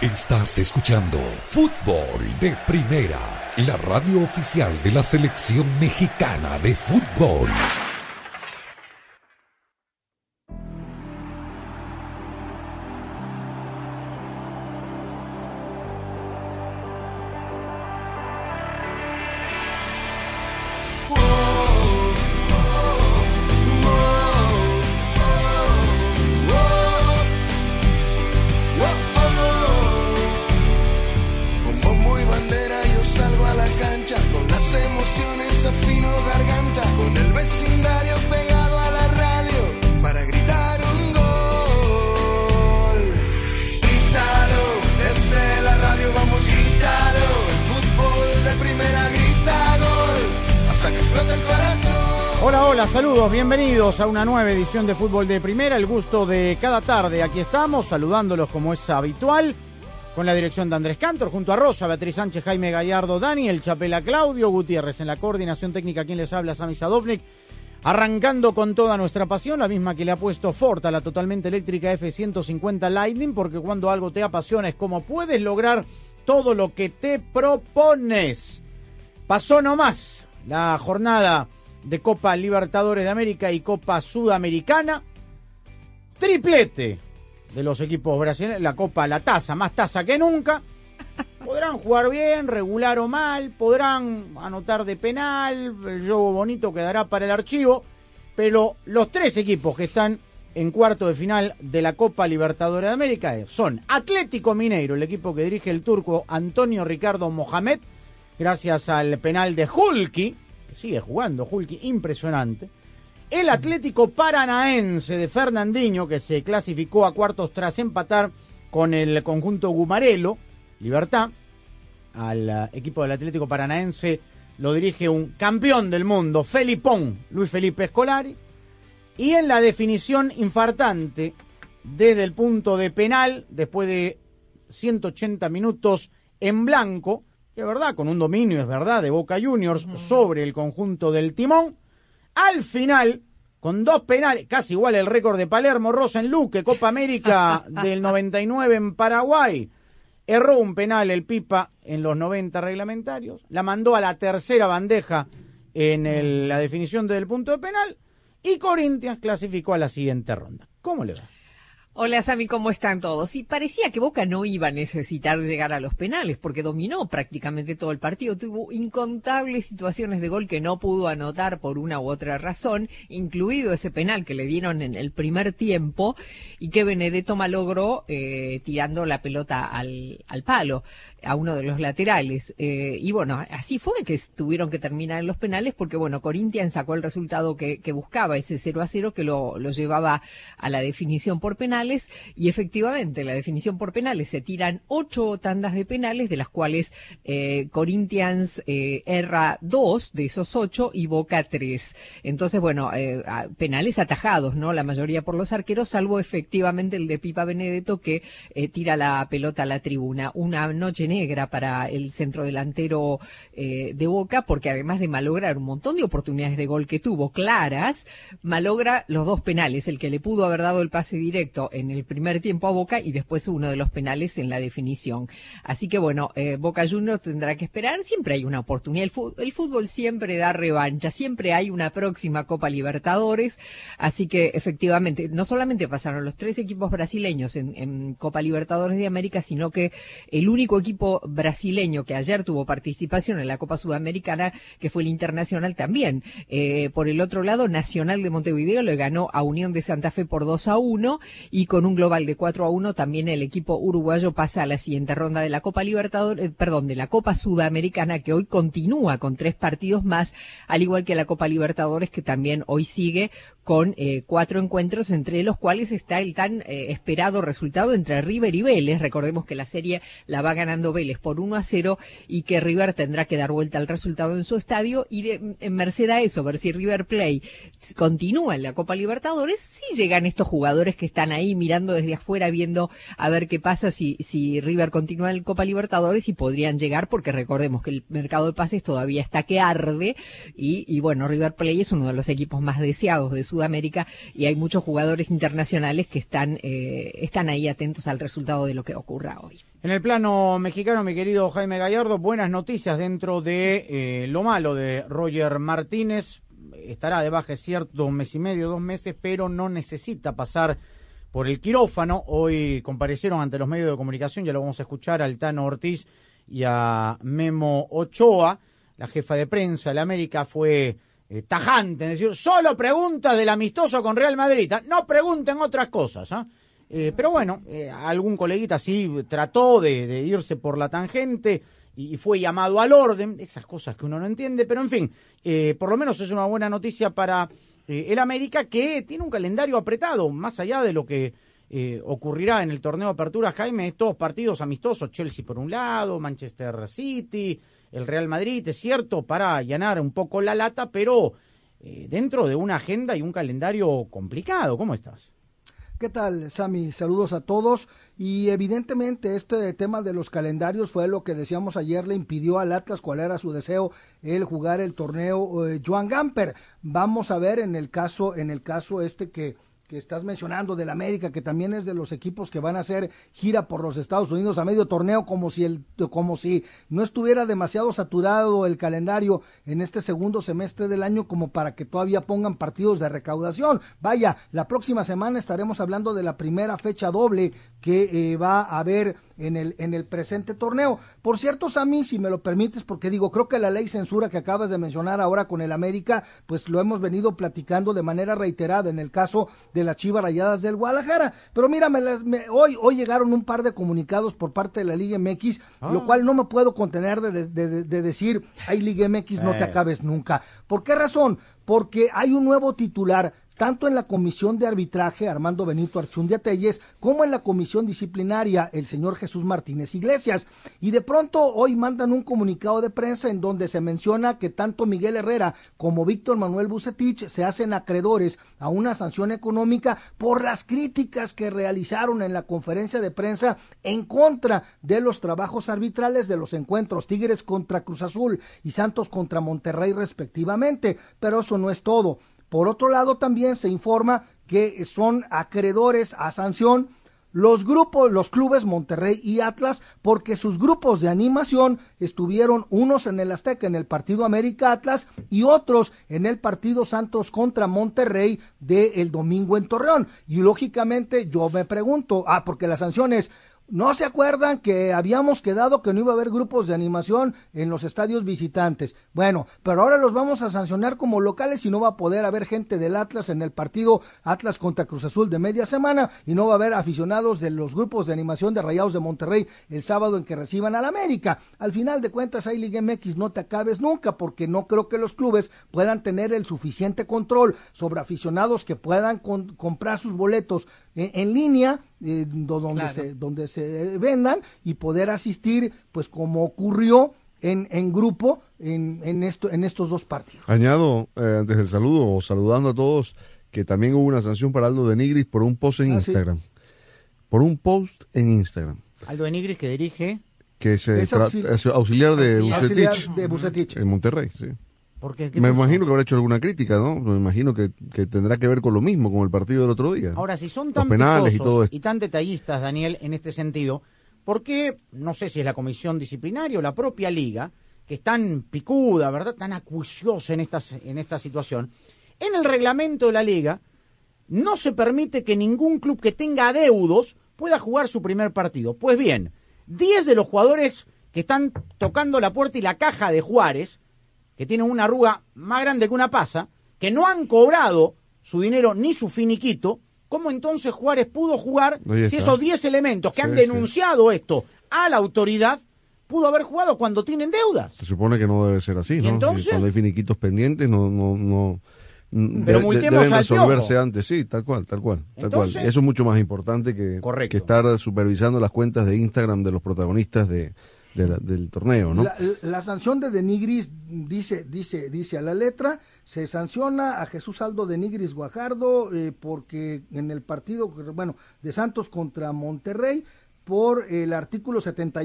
Estás escuchando Fútbol de Primera, la radio oficial de la Selección Mexicana de Fútbol. Bienvenidos a una nueva edición de Fútbol de Primera, el gusto de cada tarde. Aquí estamos saludándolos como es habitual, con la dirección de Andrés Cantor, junto a Rosa, Beatriz Sánchez, Jaime Gallardo, Daniel Chapela, Claudio Gutiérrez, en la coordinación técnica quien les habla, Sami Sadovnik, arrancando con toda nuestra pasión, la misma que le ha puesto Ford a la totalmente eléctrica F-150 Lightning, porque cuando algo te apasiona es como puedes lograr todo lo que te propones. Pasó nomás la jornada de Copa Libertadores de América y Copa Sudamericana, triplete de los equipos brasileños, la Copa, la taza, más taza que nunca. Podrán jugar bien, regular o mal, podrán anotar de penal, el juego bonito quedará para el archivo, pero los tres equipos que están en cuarto de final de la Copa Libertadores de América son Atlético Mineiro, el equipo que dirige el turco Antonio Ricardo Mohamed, gracias al penal de Hulki, sigue jugando Hulki, impresionante. El Atlético Paranaense de Fernandinho, que se clasificó a cuartos tras empatar con el conjunto Gumarelo, Libertad. Al equipo del Atlético Paranaense lo dirige un campeón del mundo, Felipón, Luis Felipe Scolari. Y en la definición infartante, desde el punto de penal, después de 180 minutos en blanco, de verdad, con un dominio, es verdad, de Boca Juniors sobre el conjunto del Timón. Al final, con dos penales, casi igual el récord de Palermo, Rosa en Luque, Copa América del 99 en Paraguay. Erró un penal el Pipa en los 90 reglamentarios, la mandó a la tercera bandeja en la definición del punto de penal y Corinthians clasificó a la siguiente ronda. ¿Cómo le va? Hola Sami, ¿cómo están todos? Y parecía que Boca no iba a necesitar llegar a los penales porque dominó prácticamente todo el partido. Tuvo incontables situaciones de gol que no pudo anotar por una u otra razón, incluido ese penal que le dieron en el primer tiempo y que Benedetto malogró tirando la pelota al palo, a uno de los laterales. Y bueno, así fue que tuvieron que terminar en los penales porque bueno, Corinthians sacó el resultado que buscaba, ese 0-0 que lo llevaba a la definición por penales. Y efectivamente, la definición por penales, se tiran 8 tandas de penales, de las cuales Corinthians erra 2 de esos 8 y Boca 3. Entonces, bueno, penales atajados, ¿no? La mayoría por los arqueros, salvo efectivamente el de Pipa Benedetto que tira la pelota a la tribuna. Una noche negra para el centrodelantero de Boca, porque además de malograr un montón de oportunidades de gol que tuvo claras, malogra los 2 penales, el que le pudo haber dado el pase directo en el primer tiempo a Boca y después uno de los penales en la definición. Así que bueno, Boca Juniors tendrá que esperar, siempre hay una oportunidad, el fútbol siempre da revancha, siempre hay una próxima Copa Libertadores, así que efectivamente, no solamente pasaron los 3 equipos brasileños en Copa Libertadores de América, sino que el único equipo brasileño que ayer tuvo participación en la Copa Sudamericana, que fue el Internacional también. Por el otro lado, Nacional de Montevideo le ganó a Unión de Santa Fe por 2-1 y con un global de 4-1 también el equipo uruguayo pasa a la siguiente ronda de la Copa Libertadores, de la Copa Sudamericana, que hoy continúa con 3 partidos más, al igual que la Copa Libertadores, que también hoy sigue con 4 encuentros, entre los cuales está el tan esperado resultado entre River y Vélez. Recordemos que la serie la va ganando Vélez por 1-0 y que River tendrá que dar vuelta al resultado en su estadio y en merced a eso, ver si River Plate continúa en la Copa Libertadores, si llegan estos jugadores que están ahí mirando desde afuera, viendo a ver qué pasa si River continúa en la Copa Libertadores, y podrían llegar, porque recordemos que el mercado de pases todavía está que arde y bueno, River Plate es uno de los equipos más deseados de Sudamérica Sudamérica, y hay muchos jugadores internacionales que están ahí atentos al resultado de lo que ocurra hoy. En el plano mexicano, mi querido Jaime Gallardo, buenas noticias dentro de lo malo de Roger Martínez. Estará de baja, es cierto, 1 mes y medio, 2 meses, pero no necesita pasar por el quirófano. Hoy comparecieron ante los medios de comunicación, ya lo vamos a escuchar, al Tano Ortiz y a Memo Ochoa. La jefa de prensa de la América fue tajante en decir, solo preguntas del amistoso con Real Madrid, no pregunten otras cosas, pero bueno, algún coleguita sí trató de irse por la tangente y fue llamado al orden, esas cosas que uno no entiende, pero en fin, por lo menos es una buena noticia para el América, que tiene un calendario apretado, más allá de lo que ocurrirá en el torneo de apertura, Jaime, estos partidos amistosos, Chelsea por un lado, Manchester City, el Real Madrid, es cierto, para allanar un poco la lata, pero dentro de una agenda y un calendario complicado. ¿Cómo estás? ¿Qué tal, Sammy? Saludos a todos. Y evidentemente este tema de los calendarios fue lo que decíamos ayer, le impidió al Atlas, cuál era su deseo, el jugar el torneo Joan Gamper. Vamos a ver en el caso este que estás mencionando del América, que también es de los equipos que van a hacer gira por los Estados Unidos a medio torneo, como si no estuviera demasiado saturado el calendario en este segundo semestre del año como para que todavía pongan partidos de recaudación. Vaya, la próxima semana estaremos hablando de la primera fecha doble que va a haber en el presente torneo. Por cierto, Sammy, si me lo permites, porque creo que la ley censura que acabas de mencionar ahora con el América, pues lo hemos venido platicando de manera reiterada en el caso de las Chivas Rayadas del Guadalajara, pero mira, hoy llegaron un par de comunicados por parte de la Liga MX, lo cual no me puedo contener de decir, ay, Liga MX, no te acabes nunca. ¿Por qué razón? Porque hay un nuevo titular, tanto en la comisión de arbitraje, Armando Benito Archundia Telles, como en la comisión disciplinaria, el señor Jesús Martínez Iglesias. Y de pronto hoy mandan un comunicado de prensa en donde se menciona que tanto Miguel Herrera como Víctor Manuel Vucetich se hacen acreedores a una sanción económica por las críticas que realizaron en la conferencia de prensa en contra de los trabajos arbitrales de los encuentros Tigres contra Cruz Azul y Santos contra Monterrey respectivamente. Pero eso no es todo. Por otro lado, también se informa que son acreedores a sanción los clubes Monterrey y Atlas, porque sus grupos de animación estuvieron unos en el Azteca en el partido América Atlas y otros en el partido Santos contra Monterrey del domingo en Torreón. Y lógicamente yo me pregunto, porque las sanciones, ¿no se acuerdan que habíamos quedado que no iba a haber grupos de animación en los estadios visitantes? Bueno, pero ahora los vamos a sancionar como locales y no va a poder haber gente del Atlas en el partido Atlas contra Cruz Azul de media semana y no va a haber aficionados de los grupos de animación de Rayados de Monterrey el sábado en que reciban al América. Al final de cuentas, ahí Liga MX, no te acabes nunca, porque no creo que los clubes puedan tener el suficiente control sobre aficionados que puedan comprar sus boletos en línea, donde se vendan y poder asistir, pues como ocurrió en grupo en estos dos partidos. Añado, antes del saludo, saludando a todos, que también hubo una sanción para Aldo de Nigris por un post en Instagram. Sí. Por un post en Instagram. Aldo de Nigris, que dirige, que es auxiliar de Vucetich en Monterrey, sí. Me imagino que habrá hecho alguna crítica, ¿no? Me imagino que tendrá que ver con lo mismo, con el partido del otro día. Ahora, si son tan penales y tan detallistas, Daniel, en este sentido, ¿por qué, no sé si es la comisión disciplinaria o la propia liga, que es tan picuda, ¿verdad?, tan acuiciosa en esta situación? En el reglamento de la liga no se permite que ningún club que tenga adeudos pueda jugar su primer partido. Pues bien, 10 de los jugadores que están tocando la puerta y la caja de Juárez, que tienen una arruga más grande que una pasa, que no han cobrado su dinero ni su finiquito, ¿cómo entonces Juárez pudo jugar si esos 10 elementos que han denunciado esto a la autoridad pudo haber jugado cuando tienen deudas? Se supone que no debe ser así, ¿no? Entonces, cuando hay finiquitos pendientes, no pero multemos deben al resolverse Piojo antes, sí, tal cual. Entonces, eso es mucho más importante que estar supervisando las cuentas de Instagram de los protagonistas del torneo, ¿no? La sanción de Nigris dice a la letra, se sanciona a Jesús Aldo de Nigris Guajardo porque en el partido, de Santos contra Monterrey, por el artículo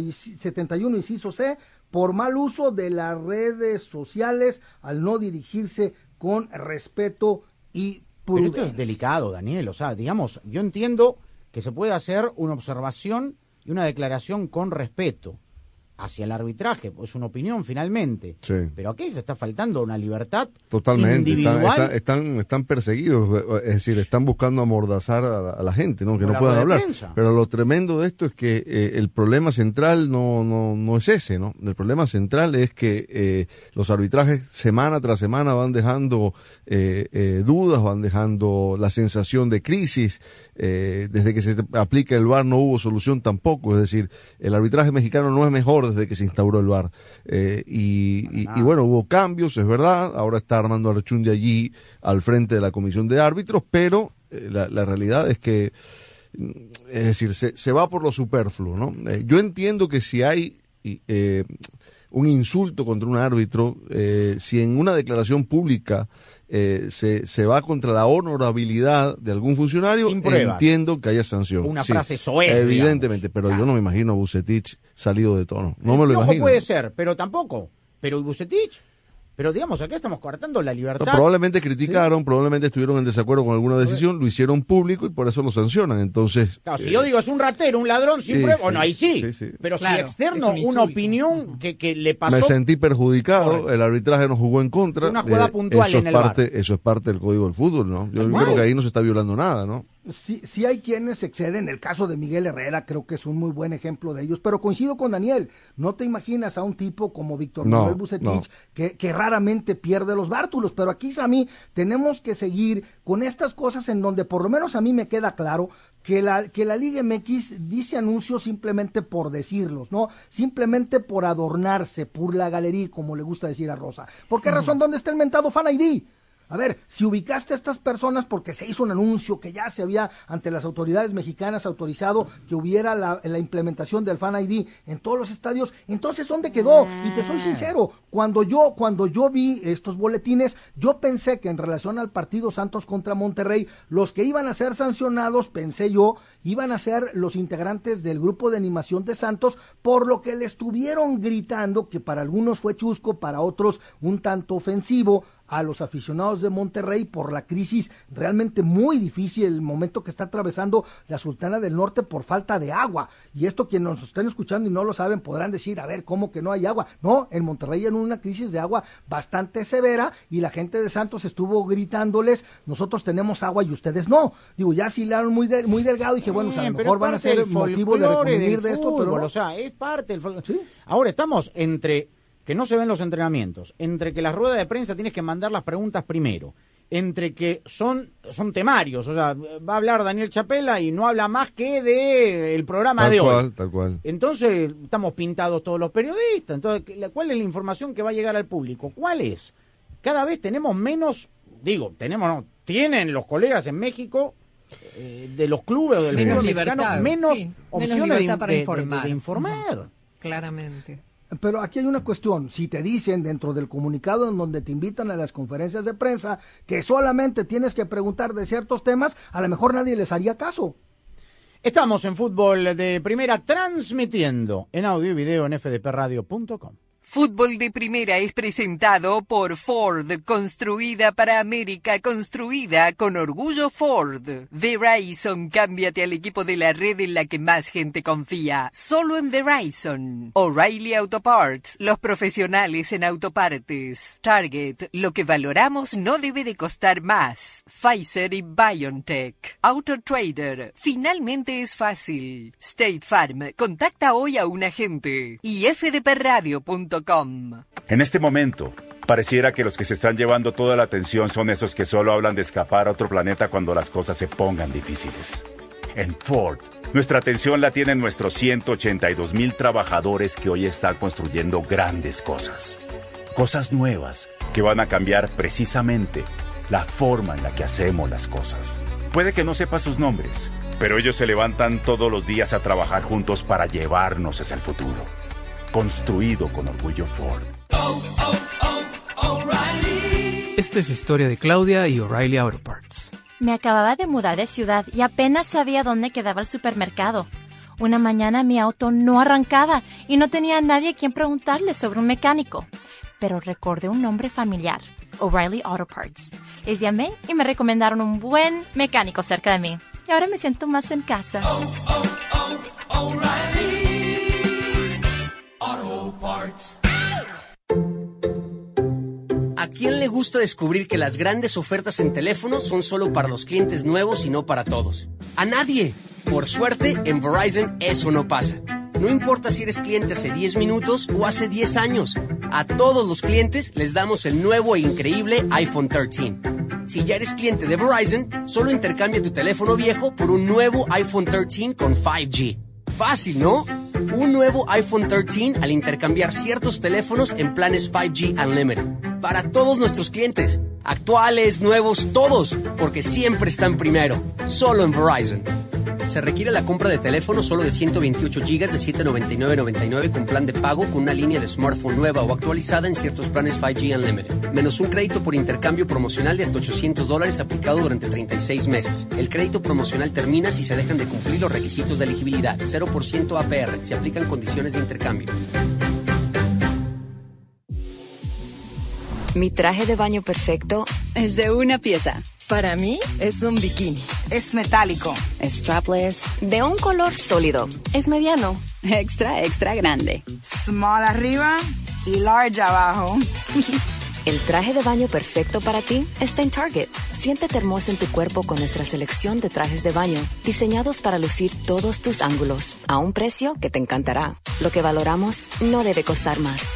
71 inciso C, por mal uso de las redes sociales al no dirigirse con respeto y Pero esto es delicado, Daniel. O sea, digamos, yo entiendo que se puede hacer una observación y una declaración con respeto hacia el arbitraje, pues una opinión finalmente. Sí. Pero aquí se está faltando una libertad individual. Están perseguidos, es decir, están buscando amordazar a la gente, ¿no? Que no puedan hablar. Pero lo tremendo de esto es que el problema central no es ese, ¿no? El problema central es que los arbitrajes semana tras semana van dejando dudas, van dejando la sensación de crisis. Desde que se aplica el VAR no hubo solución tampoco, es decir, el arbitraje mexicano no es mejor desde que se instauró el VAR, y bueno, hubo cambios, es verdad, ahora está Armando Archundi allí al frente de la comisión de árbitros, pero la realidad es que, es decir, se va por lo superfluo, ¿no? Yo entiendo que si hay un insulto contra un árbitro, si en una declaración pública se va contra la honorabilidad de algún funcionario, entiendo que haya sanción. Una frase soez, evidentemente, digamos. Pero claro, yo no me imagino a Vucetich salido de tono. No me lo imagino. Puede ser, pero tampoco. Pero Vucetich, pero digamos, acá estamos cortando la libertad. No, probablemente criticaron, probablemente estuvieron en desacuerdo con alguna decisión, lo hicieron público y por eso lo sancionan. Entonces, claro, si yo digo es un ratero, un ladrón, sin prueba, bueno, ahí sí. Pero claro, si externo una opinión que le pasó. Me sentí perjudicado, el arbitraje nos jugó en contra. Una jugada puntual en el VAR. Eso es parte del código del fútbol, ¿no? Yo creo que ahí no se está violando nada, ¿no? Sí hay quienes se exceden. El caso de Miguel Herrera creo que es un muy buen ejemplo de ellos, pero coincido con Daniel, no te imaginas a un tipo como Víctor Manuel Vucetich que raramente pierde los bártulos, pero aquí, Sammy, tenemos que seguir con estas cosas en donde por lo menos a mí me queda claro que la Liga MX dice anuncios simplemente por decirlos, ¿no? Simplemente por adornarse, por la galería, como le gusta decir a Rosa. ¿Por qué razón? ¿Dónde está el mentado Fan ID? A ver, si ubicaste a estas personas porque se hizo un anuncio que ya se había ante las autoridades mexicanas autorizado que hubiera la implementación del Fan ID en todos los estadios, entonces ¿dónde quedó? Y te soy sincero, cuando yo vi estos boletines, yo pensé que en relación al partido Santos contra Monterrey, los que iban a ser sancionados, pensé yo, iban a ser los integrantes del grupo de animación de Santos, por lo que le estuvieron gritando, que para algunos fue chusco, para otros un tanto ofensivo, a los aficionados de Monterrey por la crisis realmente muy difícil, el momento que está atravesando la Sultana del Norte por falta de agua. Y esto quienes nos están escuchando y no lo saben podrán decir, a ver, ¿cómo que no hay agua? No, en Monterrey hay una crisis de agua bastante severa y la gente de Santos estuvo gritándoles, nosotros tenemos agua y ustedes no. Digo, ya si le dan muy delgado, dije, bueno, o sea, a lo mejor van a ser motivo de reconvenir de esto, pero no. O sea, es parte del folclore. ¿Sí? Ahora estamos entre que no se ven los entrenamientos, entre que las ruedas de prensa tienes que mandar las preguntas primero, entre que son temarios, o sea, va a hablar Daniel Chapela y no habla más que de el programa de hoy. Tal cual. Entonces, estamos pintados todos los periodistas. Entonces, ¿cuál es la información que va a llegar al público? ¿Cuál es? Cada vez tenemos menos, tienen los colegas en México de los clubes o del fútbol mexicano menos opciones de informar. Claramente. Pero aquí hay una cuestión, si te dicen dentro del comunicado en donde te invitan a las conferencias de prensa que solamente tienes que preguntar de ciertos temas, a lo mejor nadie les haría caso. Estamos en Fútbol de Primera transmitiendo en audio y video en fdpradio.com. Fútbol de Primera es presentado por Ford, construida para América, construida con orgullo Ford. Verizon, cámbiate al equipo de la red en la que más gente confía, solo en Verizon. O'Reilly Auto Parts, los profesionales en autopartes. Target, lo que valoramos no debe de costar más. Pfizer y BioNTech. AutoTrader, finalmente es fácil. State Farm, contacta hoy a un agente. Y fdpradio.com. En este momento, pareciera que los que se están llevando toda la atención son esos que solo hablan de escapar a otro planeta cuando las cosas se pongan difíciles. En Ford, nuestra atención la tienen nuestros 182,000 trabajadores que hoy están construyendo grandes cosas. Cosas nuevas que van a cambiar precisamente la forma en la que hacemos las cosas. Puede que no sepas sus nombres, pero ellos se levantan todos los días a trabajar juntos para llevarnos hacia el futuro. Construido con orgullo Ford. Esta es historia de Claudia y O'Reilly Auto Parts. Me acababa de mudar de ciudad y apenas sabía dónde quedaba el supermercado. Una mañana mi auto no arrancaba y no tenía a nadie a quien preguntarle sobre un mecánico. pero recordé un nombre familiar, O'Reilly Auto Parts. Les llamé y me recomendaron un buen mecánico cerca de mí. Y ahora me siento más en casa. O'Reilly Auto Parts. ¿A quién le gusta descubrir que las grandes ofertas en teléfono son solo para los clientes nuevos y no para todos? ¡A nadie! Por suerte, en Verizon eso no pasa. No importa si eres cliente hace 10 minutos o hace 10 años. A todos los clientes les damos el nuevo e increíble iPhone 13. Si ya eres cliente de Verizon, solo intercambia tu teléfono viejo por un nuevo iPhone 13 con 5G. Fácil, ¿no? Un nuevo iPhone 13 al intercambiar ciertos teléfonos en planes 5G Unlimited. Para todos nuestros clientes, actuales, nuevos, todos, porque siempre están primero. Solo en Verizon. Se requiere la compra de teléfono solo de 128 GB de $799.99 con plan de pago con una línea de smartphone nueva o actualizada en ciertos planes 5G Unlimited. Menos un crédito por intercambio promocional de hasta $800 aplicado durante 36 meses. El crédito promocional termina si se dejan de cumplir los requisitos de elegibilidad. 0% APR. Se aplican condiciones de intercambio. Mi traje de baño perfecto es de una pieza. Para mí es un bikini. Es metálico. Es strapless. De un color sólido. Es mediano. Extra, extra grande. Small arriba y large abajo. El traje de baño perfecto para ti está en Target. Siéntete hermosa en tu cuerpo con nuestra selección de trajes de baño, diseñados para lucir todos tus ángulos, a un precio que te encantará. Lo que valoramos no debe costar más.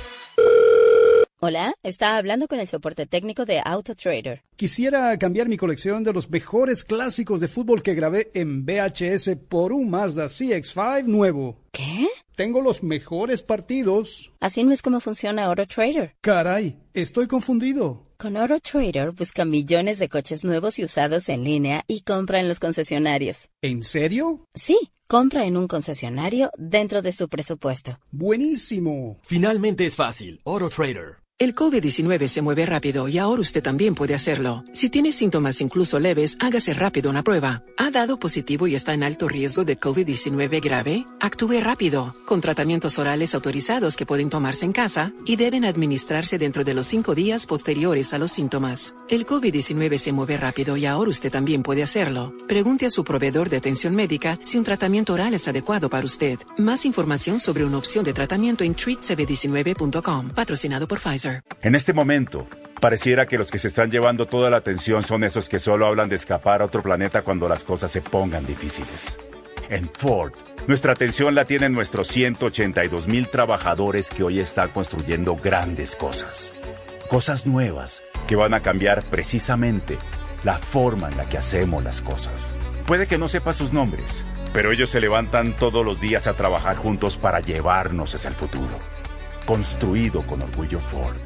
Hola, está hablando con el soporte técnico de AutoTrader. Quisiera cambiar mi colección de los mejores clásicos de fútbol que grabé en VHS por un Mazda CX-5 nuevo. ¿Qué? Tengo los mejores partidos. Así no es como funciona AutoTrader. Caray, estoy confundido. Con AutoTrader busca millones de coches nuevos y usados en línea y compra en los concesionarios. ¿En serio? Sí, compra en un concesionario dentro de su presupuesto. ¡Buenísimo! Finalmente es fácil. AutoTrader. El COVID-19 se mueve rápido y ahora usted también puede hacerlo. Si tiene síntomas incluso leves, hágase rápido una prueba. ¿Ha dado positivo y está en alto riesgo de COVID-19 grave? Actúe rápido, con tratamientos orales autorizados que pueden tomarse en casa y deben administrarse dentro de los 5 días posteriores a los síntomas. El COVID-19 se mueve rápido y ahora usted también puede hacerlo. Pregunte a su proveedor de atención médica si un tratamiento oral es adecuado para usted. Más información sobre una opción de tratamiento en treatcv19.com, patrocinado por Pfizer. En este momento, pareciera que los que se están llevando toda la atención son esos que solo hablan de escapar a otro planeta cuando las cosas se pongan difíciles. En Ford, nuestra atención la tienen nuestros 182,000 trabajadores que hoy están construyendo grandes cosas. Cosas nuevas que van a cambiar precisamente la forma en la que hacemos las cosas. Puede que no sepa sus nombres, pero ellos se levantan todos los días a trabajar juntos para llevarnos hacia el futuro. Construido con orgullo Ford.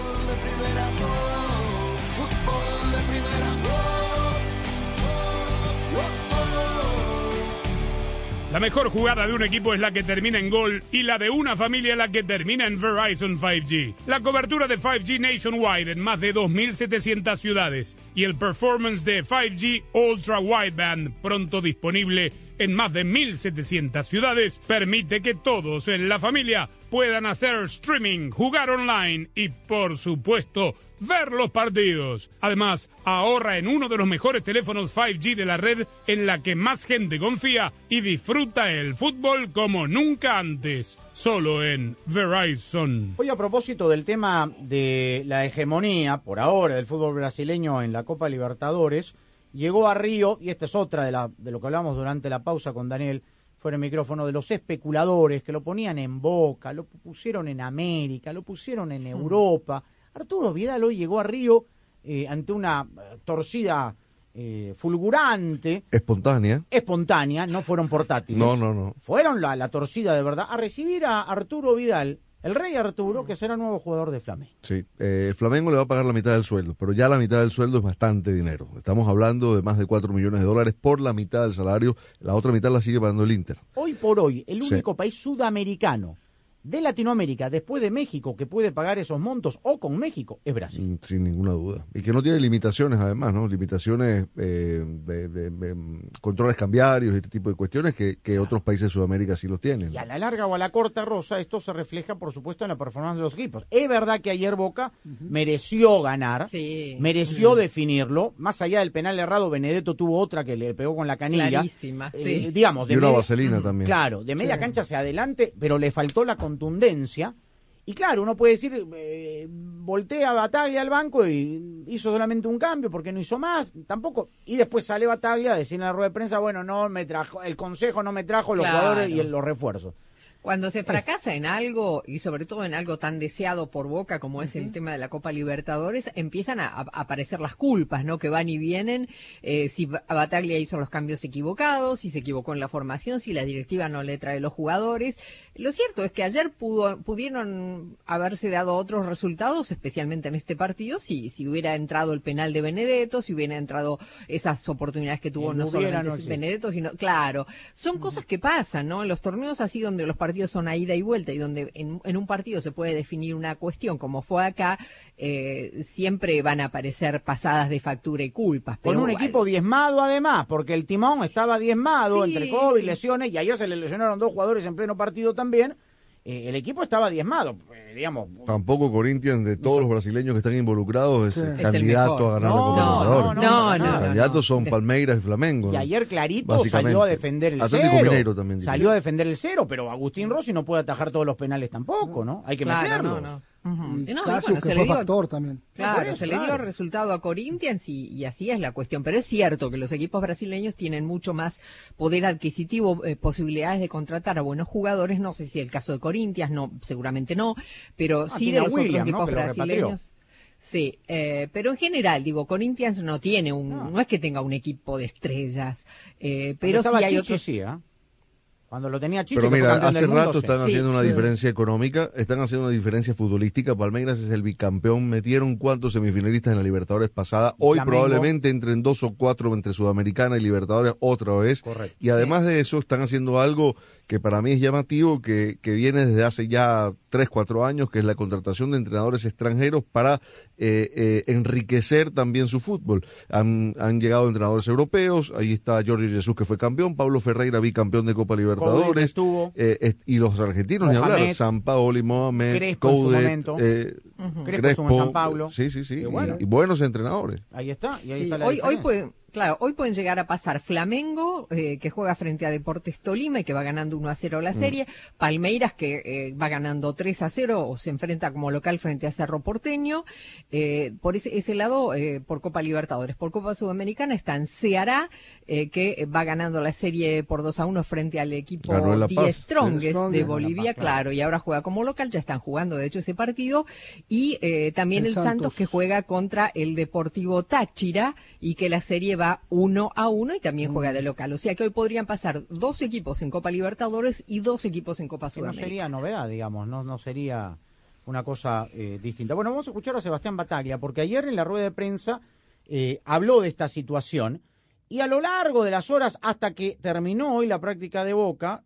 La mejor jugada de un equipo es la que termina en gol y la de una familia la que termina en Verizon 5G. La cobertura de 5G nationwide en más de 2.700 ciudades y el performance de 5G Ultra Wideband pronto disponible en más de 1.700 ciudades permite que todos en la familia puedan hacer streaming, jugar online y, por supuesto, ver los partidos. Además, ahorra en uno de los mejores teléfonos 5G de la red en la que más gente confía y disfruta el fútbol como nunca antes. Solo en Verizon. Hoy, a propósito del tema de la hegemonía, por ahora, del fútbol brasileño en la Copa Libertadores, llegó a Río, y esta es otra de lo que hablamos durante la pausa con Daniel fuera el micrófono, de los especuladores que lo ponían en Boca, lo pusieron en América, lo pusieron en Europa. Arturo Vidal hoy llegó a Río ante una torcida fulgurante. Espontánea, no fueron portátiles. No. Fueron la torcida de verdad a recibir a Arturo Vidal, el rey Arturo, que será nuevo jugador de Flamengo. Sí, el Flamengo le va a pagar la mitad del sueldo, pero ya la mitad del sueldo es bastante dinero. Estamos hablando de más de $4 millones por la mitad del salario, la otra mitad la sigue pagando el Inter. Hoy por hoy, el único país sudamericano de Latinoamérica, después de México, que puede pagar esos montos, o con México, es Brasil. Sin ninguna duda. Y que no tiene limitaciones, además, ¿no? Limitaciones de controles cambiarios y este tipo de cuestiones que otros países de Sudamérica sí los tienen. Y a la larga o a la corta, Rosa, esto se refleja, por supuesto, en la performance de los equipos. Es verdad que ayer Boca mereció ganar, mereció definirlo. Más allá del penal errado, Benedetto tuvo otra que le pegó con la canilla. Clarísima, digamos, y una vaselina también. Claro, de media cancha hacia adelante, pero le faltó la contundencia. Y claro, uno puede decir, voltea Bataglia al banco y hizo solamente un cambio porque no hizo más, tampoco. Y después sale Bataglia a decir en la rueda de prensa, bueno, no me trajo, el consejo no me trajo los jugadores y los refuerzos. Cuando se fracasa en algo, y sobre todo en algo tan deseado por Boca como es el tema de la Copa Libertadores, empiezan a aparecer las culpas, ¿no? Que van y vienen, si Bataglia hizo los cambios equivocados, si se equivocó en la formación, si la directiva no le trae los jugadores. Lo cierto es que ayer pudieron haberse dado otros resultados, especialmente en este partido, si hubiera entrado el penal de Benedetto, si hubiera entrado esas oportunidades que tuvo no solamente Benedetto, sino, claro, son cosas que pasan, ¿no? En los torneos así donde los partidos son a ida y vuelta y donde en un partido se puede definir una cuestión como fue acá, siempre van a aparecer pasadas de factura y culpas. Con un equipo diezmado además, porque el timón estaba diezmado entre COVID, lesiones, y ayer se le lesionaron 2 jugadores en pleno partido también. El equipo estaba diezmado, digamos. Tampoco Corinthians, de todos los brasileños que están involucrados, es candidato a ganar la Copa Libertadores. No, los candidatos son Palmeiras y Flamengo. Y ayer clarito salió a defender el Atlético 0. Mineiro también. Salió a defender el 0, pero Agustín Rossi no puede atajar todos los penales tampoco, ¿no? Hay que meterlo. Caso que fue factor también. Claro, se le dio resultado a Corinthians y así es la cuestión. Pero es cierto que los equipos brasileños tienen mucho más poder adquisitivo, posibilidades de contratar a buenos jugadores. No sé si es el caso de Corinthians, no, seguramente no, pero sí de los otros equipos brasileños. Sí, pero en general, digo, Corinthians no tiene no es que tenga un equipo de estrellas, pero sí hay otros. Cuando lo tenía Chicho, pero mira, hace rato están haciendo una diferencia económica, están haciendo una diferencia futbolística. Palmeiras es el bicampeón, metieron 4 semifinalistas en la Libertadores pasada. Hoy Flamengo probablemente entren 2 o 4 entre Sudamericana y Libertadores otra vez. Correcto. Y además de eso están haciendo algo que para mí es llamativo, que viene desde hace ya 3-4 años, que es la contratación de entrenadores extranjeros para enriquecer también su fútbol. Han llegado entrenadores europeos, ahí está Jorge Jesús, que fue campeón, Pablo Ferreira, bicampeón de Copa Libertadores, y los argentinos, ni hablar, Sampaoli, Mohamed, Coudet, Crespo en San Pablo. Sí, y buenos entrenadores. Ahí está, y ahí está la hoy pueden llegar a pasar Flamengo, que juega frente a Deportes Tolima y que va ganando 1-0 la serie, Palmeiras, que va ganando 3-0 o se enfrenta como local frente a Cerro Porteño, por ese lado, por Copa Libertadores. Por Copa Sudamericana están Ceará, que va ganando la serie por 2-1 frente al equipo Die Strongest de Bolivia, claro, y ahora juega como local, ya están jugando de hecho ese partido, y también el Santos, que juega contra el Deportivo Táchira, y que la serie va 1-1 y también juega de local. O sea que hoy podrían pasar 2 equipos en Copa Libertadores y 2 equipos en Copa Sudamérica. No sería novedad, digamos, no sería una cosa distinta. Bueno, vamos a escuchar a Sebastián Bataglia, porque ayer en la rueda de prensa habló de esta situación y a lo largo de las horas hasta que terminó hoy la práctica de Boca,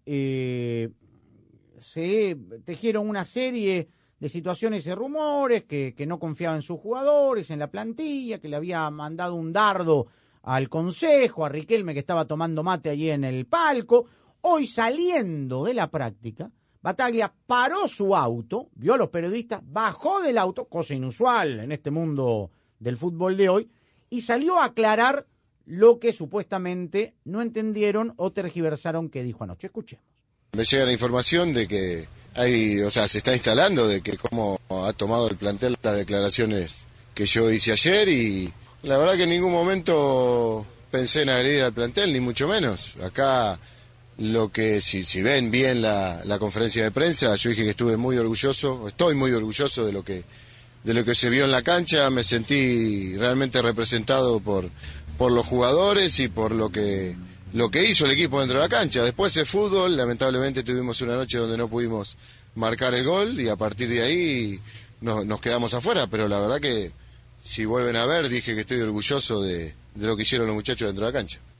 se tejieron una serie de situaciones y rumores, que no confiaba en sus jugadores, en la plantilla, que le había mandado un dardo al consejo, a Riquelme, que estaba tomando mate allí en el palco. Hoy, saliendo de la práctica, Bataglia paró su auto, vio a los periodistas, bajó del auto, cosa inusual en este mundo del fútbol de hoy, y salió a aclarar lo que supuestamente no entendieron o tergiversaron que dijo anoche. Escuchemos. Me llega la información de que se está instalando, de que cómo ha tomado el plantel las declaraciones que yo hice ayer, y la verdad que en ningún momento pensé en agredir al plantel, ni mucho menos. Acá, si ven bien la conferencia de prensa, yo dije que estoy muy orgulloso de lo que se vio en la cancha. Me sentí realmente representado por los jugadores y por lo que hizo el equipo dentro de la cancha. Después es fútbol, lamentablemente tuvimos una noche donde no pudimos marcar el gol y a partir de ahí nos quedamos afuera, pero la verdad que si vuelven a ver, dije que estoy orgulloso de lo que hicieron los muchachos dentro de la cancha.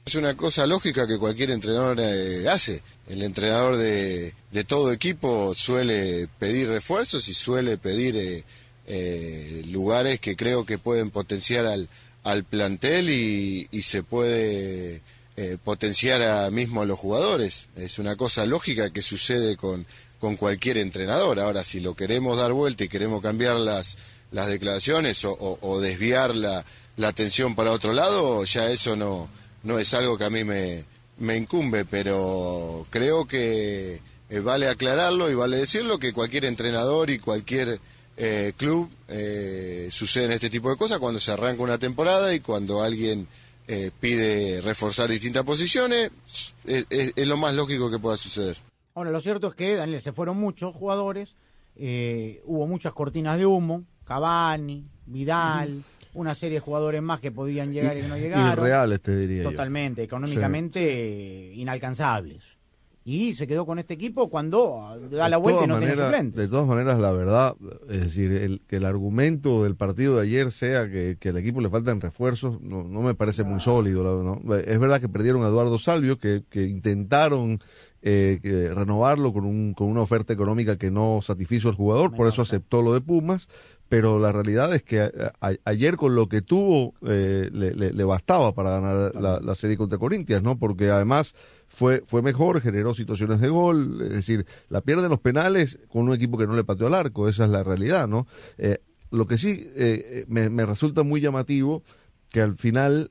Es una cosa lógica que cualquier entrenador hace. El entrenador de todo equipo suele pedir refuerzos y suele pedir lugares que creo que pueden potenciar al plantel y se puede potenciar a mismo a los jugadores. Es una cosa lógica que sucede con cualquier entrenador. Ahora, si lo queremos dar vuelta y queremos cambiar las declaraciones o desviar la atención para otro lado, ya eso no es algo que a mí me incumbe, pero creo que vale aclararlo y vale decirlo, que cualquier entrenador y cualquier club suceden este tipo de cosas cuando se arranca una temporada y cuando alguien pide reforzar distintas posiciones, es lo más lógico que pueda suceder. Ahora, lo cierto es que, Daniel, se fueron muchos jugadores, hubo muchas cortinas de humo, Cavani, Vidal, una serie de jugadores más que podían llegar y que no llegaron. Irreales, te diría totalmente, económicamente inalcanzables. Y se quedó con este equipo cuando da la vuelta y no tiene suplente. De todas maneras, la verdad, es decir, que el argumento del partido de ayer sea que al equipo le faltan refuerzos, no me parece muy sólido. ¿No? Es verdad que perdieron a Eduardo Salvio, que intentaron renovarlo con una oferta económica que no satisfizo al jugador, por eso aceptó lo de Pumas. Pero la realidad es que ayer con lo que tuvo le bastaba para ganar la serie contra Corinthians, ¿no? Porque además fue mejor, generó situaciones de gol, es decir, la pierde en los penales con un equipo que no le pateó al arco, esa es la realidad, ¿no? Lo que sí me resulta muy llamativo, que al final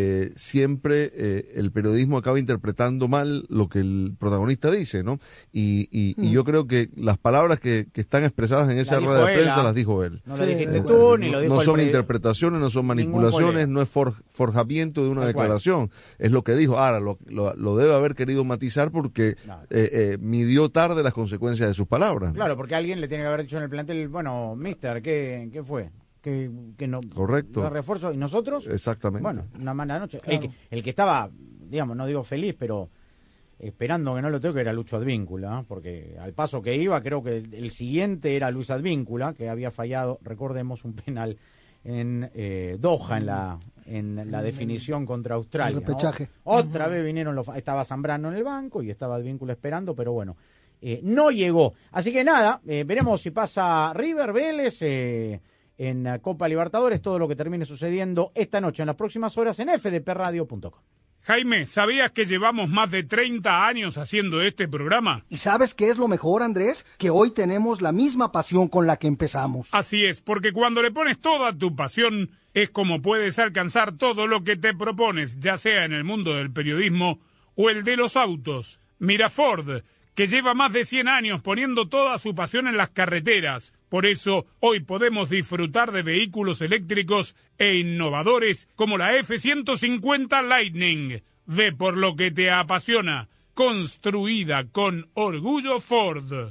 siempre el periodismo acaba interpretando mal lo que el protagonista dice, ¿no? Y yo creo que las palabras que están expresadas en esa rueda de prensa las dijo él. No lo dijiste tú, ni lo dijo no son interpretaciones, no son manipulaciones, no es forjamiento de una declaración. Es lo que dijo. Ahora, lo debe haber querido matizar porque midió tarde las consecuencias de sus palabras. Claro, porque alguien le tiene que haber dicho en el plantel, bueno, mister, ¿qué fue? Que no, correcto, no refuerzo, y nosotros, exactamente, bueno, una mala noche. Claro. El que estaba, digamos, no digo feliz, pero esperando que no lo toque era Lucho Advíncula, porque al paso que iba, creo que el siguiente era Luis Advíncula, que había fallado, recordemos, un penal en Doha en la definición contra Australia, el repechaje, ¿no? Otra vez vinieron estaba Zambrano en el banco y estaba Advíncula esperando, pero bueno, no llegó. Así que nada, veremos si pasa River, Vélez, en Copa Libertadores, todo lo que termine sucediendo esta noche, en las próximas horas, en fdpradio.com. Jaime, ¿sabías que llevamos más de 30 años haciendo este programa? ¿Y sabes qué es lo mejor, Andrés? Que hoy tenemos la misma pasión con la que empezamos. Así es, porque cuando le pones toda tu pasión, es como puedes alcanzar todo lo que te propones, ya sea en el mundo del periodismo o el de los autos. Mira Ford, que lleva más de 100 años poniendo toda su pasión en las carreteras. Por eso, hoy podemos disfrutar de vehículos eléctricos e innovadores como la F-150 Lightning. Ve por lo que te apasiona. Construida con orgullo Ford.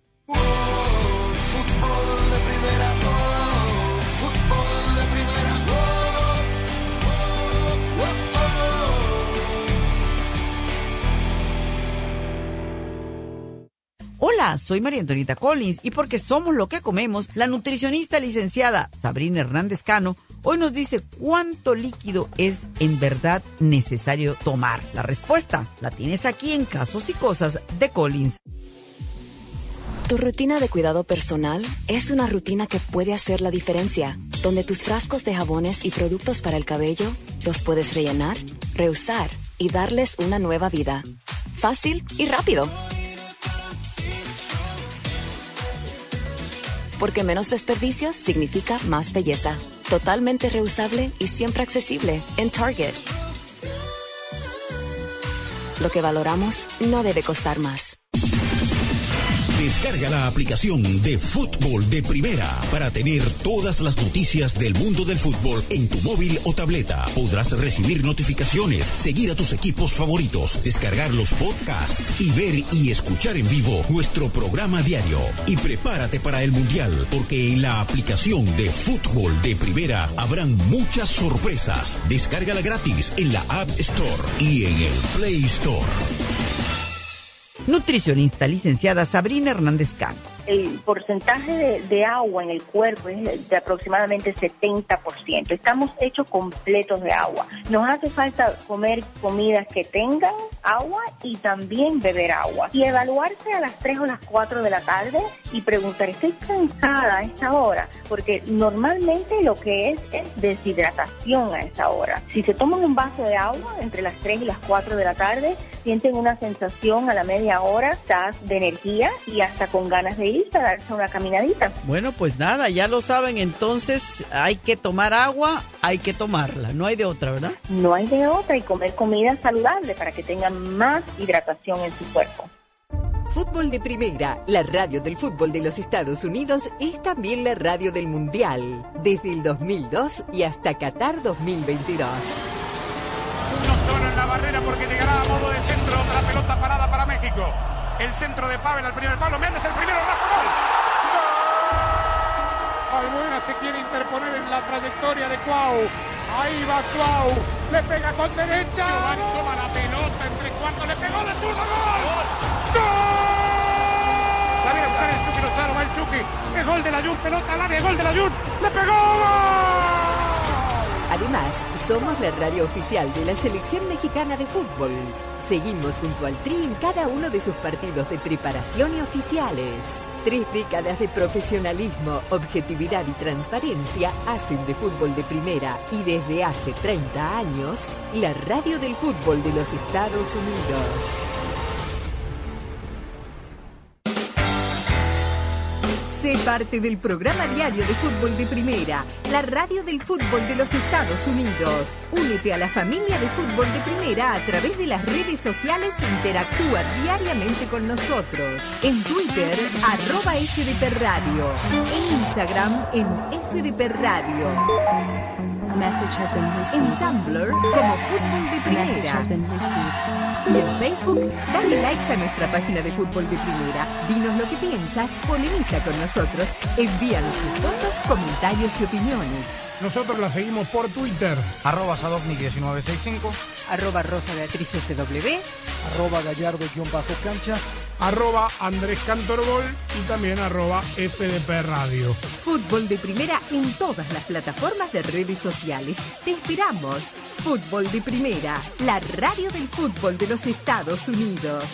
Hola, soy María Antonieta Collins y porque somos lo que comemos, la nutricionista licenciada Sabrina Hernández Cano hoy nos dice cuánto líquido es en verdad necesario tomar. La respuesta la tienes aquí en Casos y Cosas de Collins. Tu rutina de cuidado personal es una rutina que puede hacer la diferencia, donde tus frascos de jabones y productos para el cabello los puedes rellenar, reusar y darles una nueva vida. Fácil y rápido. Porque menos desperdicios significa más belleza. Totalmente reusable y siempre accesible en Target. Lo que valoramos no debe costar más. Descarga la aplicación de Fútbol de Primera para tener todas las noticias del mundo del fútbol en tu móvil o tableta. Podrás recibir notificaciones, seguir a tus equipos favoritos, descargar los podcasts y ver y escuchar en vivo nuestro programa diario. Y prepárate para el Mundial, porque en la aplicación de Fútbol de Primera habrán muchas sorpresas. Descárgala gratis en la App Store y en el Play Store. Nutricionista licenciada Sabrina Hernández Cano. el porcentaje de agua en el cuerpo es de aproximadamente 70%. Estamos hechos completos de agua. Nos hace falta comer comidas que tengan agua y también beber agua. Y evaluarse a las 3 o las 4 de la tarde y preguntar, ¿estoy cansada a esta hora? Porque normalmente lo que es deshidratación a esa hora. Si se toman un vaso de agua entre las 3 y las 4 de la tarde, sienten una sensación a la media hora de energía y hasta con ganas de irse a darse una caminadita. Bueno, pues nada, ya lo saben, entonces hay que tomar agua, hay que tomarla, no hay de otra, ¿verdad? No hay de otra, y comer comida saludable para que tengan más hidratación en su cuerpo. Fútbol de Primera, la radio del fútbol de los Estados Unidos, es también la radio del Mundial, desde el 2002 y hasta Qatar 2022. Uno solo en la barrera porque llegará a modo de centro, la pelota parada para México. El centro de Pavel al primer palo, Méndez el primero, Rafa, gol. Albuena se quiere interponer en la trayectoria de Cuau. Ahí va Cuau, le pega con derecha. Giovanni toma la pelota entre cuartos, le pegó de zurdo, gol. La viene a buscar el Chucky Lozano, va el Chucky. Es gol de la Jun, pelota al área, gol de la Jun. ¡Le pegó! Además, somos la radio oficial de la Selección Mexicana de Fútbol. Seguimos junto al Tri en cada uno de sus partidos de preparación y oficiales. 3 décadas de profesionalismo, objetividad y transparencia hacen de Fútbol de Primera, y desde hace 30 años, la radio del fútbol de los Estados Unidos. Sé parte del programa diario de Fútbol de Primera, la radio del fútbol de los Estados Unidos. Únete a la familia de Fútbol de Primera a través de las redes sociales e interactúa diariamente con nosotros. En Twitter, @FDP Radio. En Instagram, en FDP Radio. En Tumblr, como Fútbol de Primera. Y en Facebook, dale likes a nuestra página de Fútbol de Primera. Dinos lo que piensas, polemiza con nosotros, envíanos tus fotos, comentarios y opiniones. Nosotros la seguimos por Twitter. @Sadovnik1965. @RosaBeatrizSW. @Gallardo_cancha. @Andrés Cantorbol y también @FDP Radio. Fútbol de Primera en todas las plataformas de redes sociales. Te esperamos. Fútbol de Primera, la radio del fútbol de los Estados Unidos.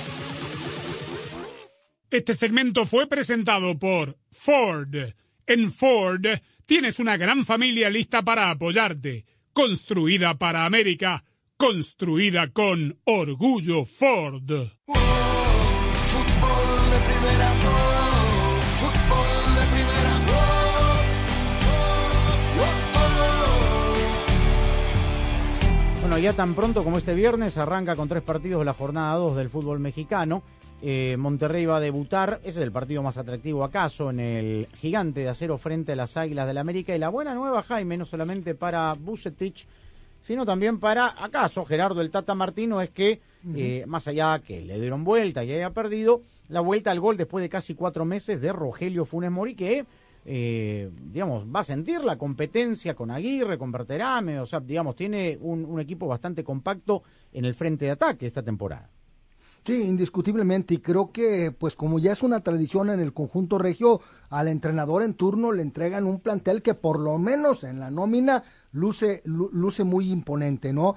Este segmento fue presentado por Ford. En Ford tienes una gran familia lista para apoyarte. Construida para América, construida con orgullo Ford. Bueno, ya tan pronto como este viernes arranca con 3 partidos la jornada 2 del fútbol mexicano. Monterrey va a debutar, ese es el partido más atractivo acaso, en el Gigante de Acero frente a las Águilas del América. Y la buena nueva, Jaime, no solamente para Vucetich, sino también para, acaso, Gerardo el Tata Martino, es que, más allá que le dieron vuelta y haya perdido, la vuelta al gol después de casi 4 meses de Rogelio Funes Mori, que, digamos, va a sentir la competencia con Aguirre, con Berterame, o sea, digamos, tiene un equipo bastante compacto en el frente de ataque esta temporada. Sí, indiscutiblemente, y creo que pues como ya es una tradición en el conjunto regio, al entrenador en turno le entregan un plantel que por lo menos en la nómina luce muy imponente, ¿no?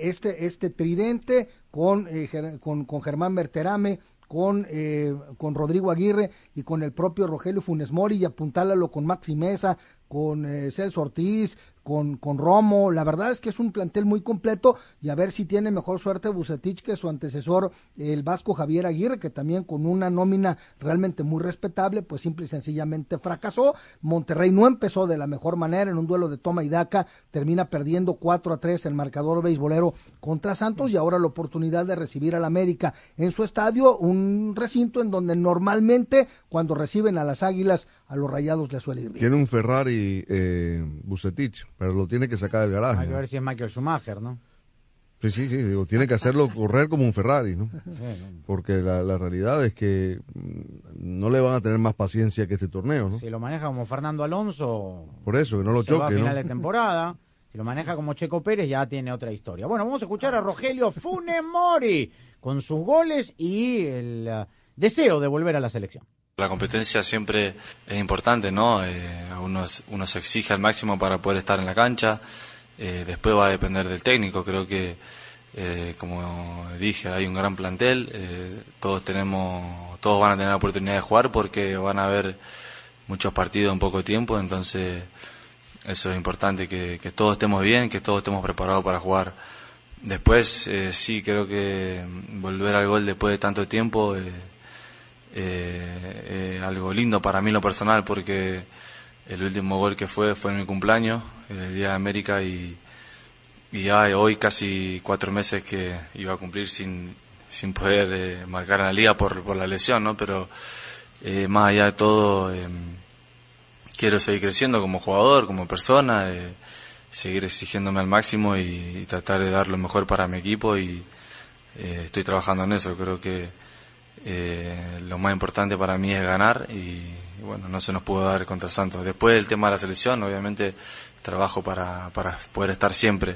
Este tridente con Germán Berterame, con Rodrigo Aguirre y con el propio Rogelio Funes Mori, y apuntálalo con Maxi Mesa, con Celso Ortiz, con Romo. La verdad es que es un plantel muy completo, y a ver si tiene mejor suerte Vucetich que su antecesor, el vasco Javier Aguirre, que también con una nómina realmente muy respetable, pues simple y sencillamente fracasó. Monterrey no empezó de la mejor manera, en un duelo de toma y daca termina perdiendo 4-3 el marcador beisbolero contra Santos, y ahora la oportunidad de recibir al América en su estadio, un recinto en donde normalmente cuando reciben a las Águilas, a los Rayados les suele ir bien. Tiene un Ferrari Vucetich, pero lo tiene que sacar del garaje. Hay que ver si es Michael Schumacher, ¿no? Sí, digo, tiene que hacerlo correr como un Ferrari, ¿no? Porque la realidad es que no le van a tener más paciencia que este torneo, ¿no? Si lo maneja como Fernando Alonso, por eso, que no lo choque, va a final ¿no? de temporada. Si lo maneja como Checo Pérez, ya tiene otra historia. Bueno, vamos a escuchar a Rogelio Funes Mori con sus goles y deseo de volver a la selección. La competencia siempre es importante, ¿no? Uno se exige al máximo para poder estar en la cancha. Después va a depender del técnico. Creo que, como dije, hay un gran plantel. Todos van a tener la oportunidad de jugar porque van a haber muchos partidos en poco tiempo. Entonces, eso es importante, que todos estemos bien, que todos estemos preparados para jugar. Después, sí, creo que volver al gol después de tanto tiempo algo lindo para mí en lo personal, porque el último gol que fue en mi cumpleaños, el Día de América, y ya hoy casi 4 meses que iba a cumplir sin poder marcar en la liga por la lesión, ¿no? Pero más allá de todo, quiero seguir creciendo como jugador, como persona, seguir exigiéndome al máximo y tratar de dar lo mejor para mi equipo, y estoy trabajando en eso. Creo que lo más importante para mí es ganar, y bueno, no se nos pudo dar contra Santos. Después el tema de la selección, obviamente trabajo para poder estar siempre.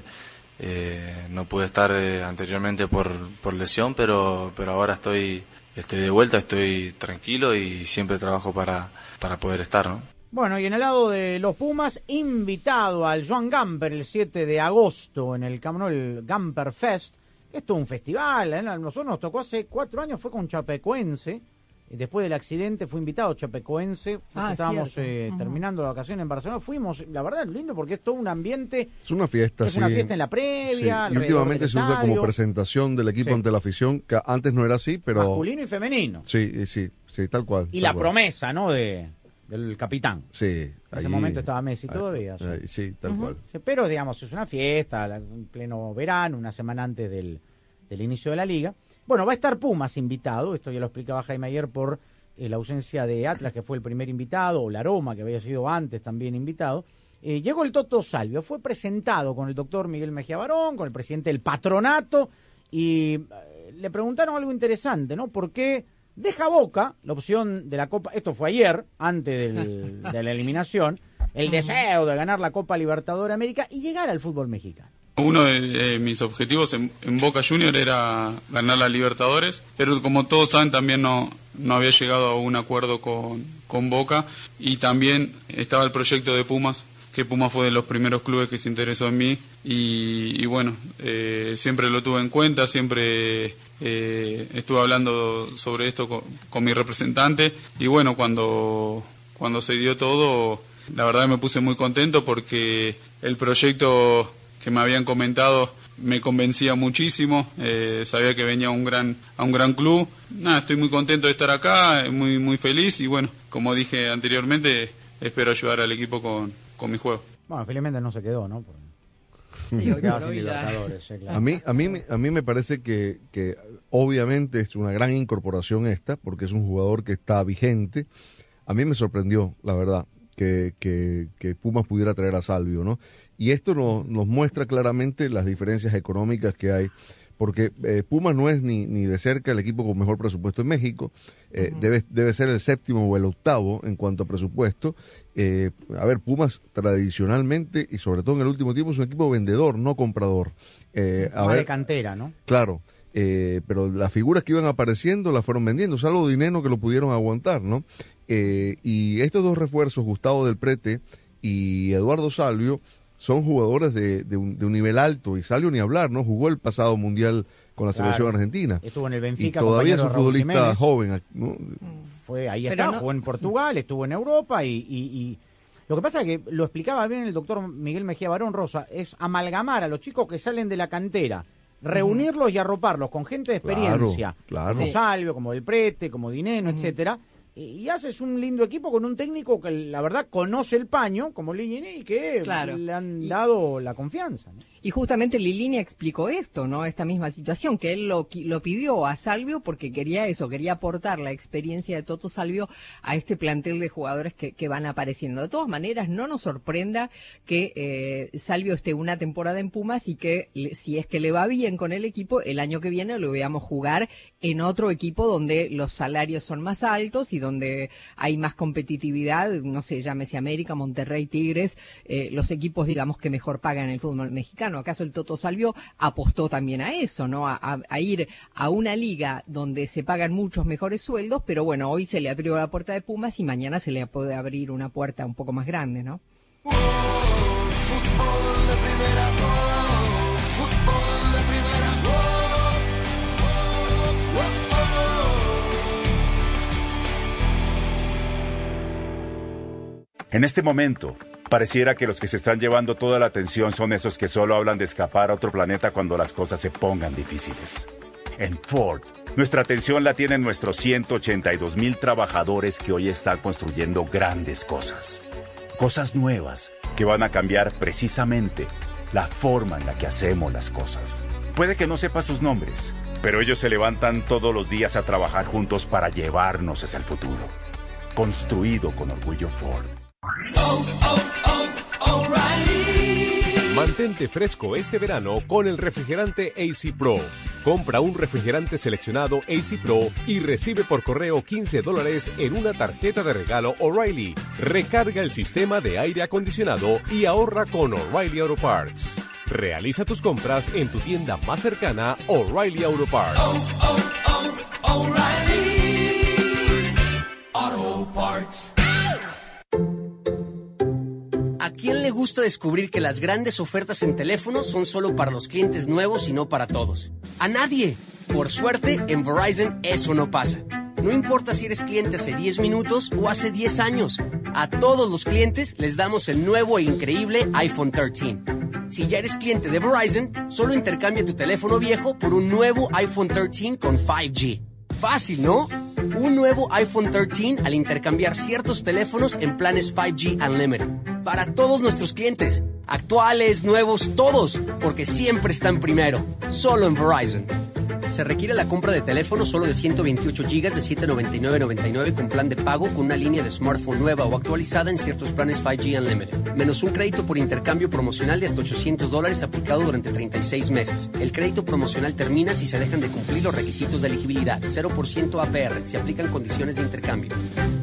No pude estar anteriormente por lesión, pero ahora estoy de vuelta, estoy tranquilo y siempre trabajo para poder estar, ¿no? Bueno, y en el lado de los Pumas, invitado al Joan Gamper el 7 de agosto en el Camp Nou, el Gamper Fest. Esto es un festival, a nosotros nos tocó hace 4 años, fue con Chapecoense, después del accidente fue invitado Chapecoense, estábamos terminando la vacación en Barcelona, fuimos, la verdad es lindo porque es todo un ambiente. Es una fiesta, es una fiesta en la previa. Sí. Y últimamente se usa como presentación del equipo ante la afición, que antes no era así, pero... Masculino y femenino. Sí, tal cual. Y tal la cual. promesa, ¿no?, del capitán. Sí. En ese momento estaba Messi todavía. Sí, tal cual. Pero, digamos, es una fiesta, en pleno verano, una semana antes del inicio de la liga. Bueno, va a estar Pumas invitado, esto ya lo explicaba Jaime ayer por la ausencia de Atlas, que fue el primer invitado, o la Roma, que había sido antes también invitado. Llegó el Toto Salvio, fue presentado con el doctor Miguel Mejía Barón, con el presidente del patronato, y le preguntaron algo interesante, ¿no? ¿Por qué deja Boca la opción de la Copa? Esto fue ayer, antes de la eliminación, el deseo de ganar la Copa Libertadores América y llegar al fútbol mexicano. Uno de mis objetivos en Boca Junior era ganar la Libertadores, pero como todos saben también no había llegado a un acuerdo con Boca, y también estaba el proyecto de Pumas, que Pumas fue de los primeros clubes que se interesó en mí, y bueno, siempre lo tuve en cuenta, siempre estuve hablando sobre esto con mi representante, y bueno, cuando se dio todo, la verdad me puse muy contento porque el proyecto que me habían comentado me convencía muchísimo, sabía que venía a un gran club. Nada, estoy muy contento de estar acá, muy muy feliz, y bueno, como dije anteriormente, espero ayudar al equipo con mi juego. Bueno, felizmente no se quedó, ¿no? A mí me parece que obviamente es una gran incorporación esta, porque es un jugador que está vigente. A mí me sorprendió, la verdad, que Pumas pudiera traer a Salvio, ¿no? Y esto nos muestra claramente las diferencias económicas que hay, porque Pumas no es ni de cerca el equipo con mejor presupuesto en México, debe ser el 7º o el 8º en cuanto a presupuesto. A ver, Pumas tradicionalmente, y sobre todo en el último tiempo, es un equipo vendedor, no comprador. De cantera, ¿no? Claro, pero las figuras que iban apareciendo las fueron vendiendo, salvo Dineno, que lo pudieron aguantar, ¿no? Y estos dos refuerzos, Gustavo del Prete y Eduardo Salvio, son jugadores de un nivel alto, y Salvio ni hablar, ¿no? Jugó el pasado mundial con la selección argentina. Estuvo en el Benfica, y todavía es un Raúl futbolista Jiménez. joven, ¿no? Jugó en Portugal, estuvo en Europa, y lo que pasa es que lo explicaba bien el doctor Miguel Mejía Barón, Rosa, es amalgamar a los chicos que salen de la cantera, reunirlos y arroparlos con gente de experiencia, claro. como Salvio, como Del Prete, como Dineno, etcétera, y haces un lindo equipo con un técnico que la verdad conoce el paño, como Lillini, y que le han dado la confianza, ¿no? Y justamente Lillini explicó esto, ¿no? Esta misma situación, que él lo pidió a Salvio porque quería aportar la experiencia de Toto Salvio a este plantel de jugadores que van apareciendo. De todas maneras, no nos sorprenda que Salvio esté una temporada en Pumas y que, si es que le va bien con el equipo, el año que viene lo veamos jugar en otro equipo donde los salarios son más altos y donde hay más competitividad, no sé, llámese América, Monterrey, Tigres, los equipos, digamos, que mejor pagan el fútbol mexicano. Lozano, ¿acaso el Toto Salvio apostó también a eso, ¿no? A ir a una liga donde se pagan muchos mejores sueldos, pero bueno, hoy se le abrió la puerta de Pumas y mañana se le puede abrir una puerta un poco más grande, ¿no? Fútbol de primera, fútbol de primera. En este momento, pareciera que los que se están llevando toda la atención son esos que solo hablan de escapar a otro planeta cuando las cosas se pongan difíciles. En Ford, nuestra atención la tienen nuestros 182,000 trabajadores que hoy están construyendo grandes cosas. Cosas nuevas que van a cambiar precisamente la forma en la que hacemos las cosas. Puede que no sepa sus nombres, pero ellos se levantan todos los días a trabajar juntos para llevarnos hacia el futuro. Construido con orgullo Ford. Mantente fresco este verano con el refrigerante AC Pro. Compra un refrigerante seleccionado AC Pro y recibe por correo $15 en una tarjeta de regalo O'Reilly. Recarga el sistema de aire acondicionado y ahorra con O'Reilly Auto Parts. Realiza tus compras en tu tienda más cercana, O'Reilly Auto Parts. O'Reilly Auto Parts. ¿A quién le gusta descubrir que las grandes ofertas en teléfono son solo para los clientes nuevos y no para todos? ¡A nadie! Por suerte, en Verizon eso no pasa. No importa si eres cliente hace 10 minutos o hace 10 años. A todos los clientes les damos el nuevo e increíble iPhone 13. Si ya eres cliente de Verizon, solo intercambia tu teléfono viejo por un nuevo iPhone 13 con 5G. Fácil, ¿no? Un nuevo iPhone 13 al intercambiar ciertos teléfonos en planes 5G Unlimited. Para todos nuestros clientes, actuales, nuevos, todos, porque siempre están primero. Solo en Verizon. Se requiere la compra de teléfono solo de 128 GB de $799.99 con plan de pago con una línea de smartphone nueva o actualizada en ciertos planes 5G Unlimited. Menos un crédito por intercambio promocional de hasta $800 aplicado durante 36 meses. El crédito promocional termina si se dejan de cumplir los requisitos de elegibilidad. 0% APR. Se aplican condiciones de intercambio.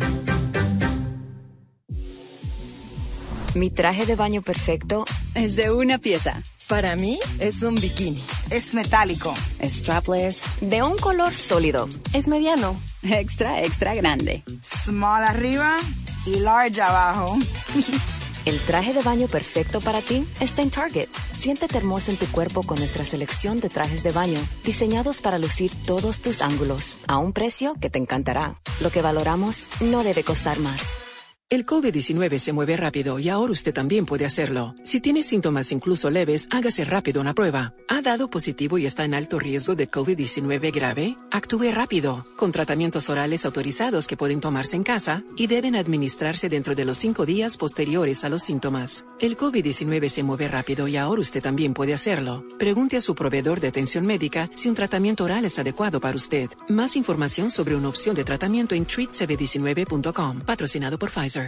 Mi traje de baño perfecto es de una pieza. Para mí es un bikini. Es metálico. Strapless. De un color sólido. Es mediano. Extra, extra grande. Small arriba y large abajo. El traje de baño perfecto para ti está en Target. Siéntete hermosa en tu cuerpo con nuestra selección de trajes de baño, diseñados para lucir todos tus ángulos, a un precio que te encantará. Lo que valoramos no debe costar más. El COVID-19 se mueve rápido y ahora usted también puede hacerlo. Si tiene síntomas incluso leves, hágase rápido una prueba. ¿Ha dado positivo y está en alto riesgo de COVID-19 grave? Actúe rápido, con tratamientos orales autorizados que pueden tomarse en casa y deben administrarse dentro de los 5 días posteriores a los síntomas. El COVID-19 se mueve rápido y ahora usted también puede hacerlo. Pregunte a su proveedor de atención médica si un tratamiento oral es adecuado para usted. Más información sobre una opción de tratamiento en treatcv19.com, patrocinado por Pfizer.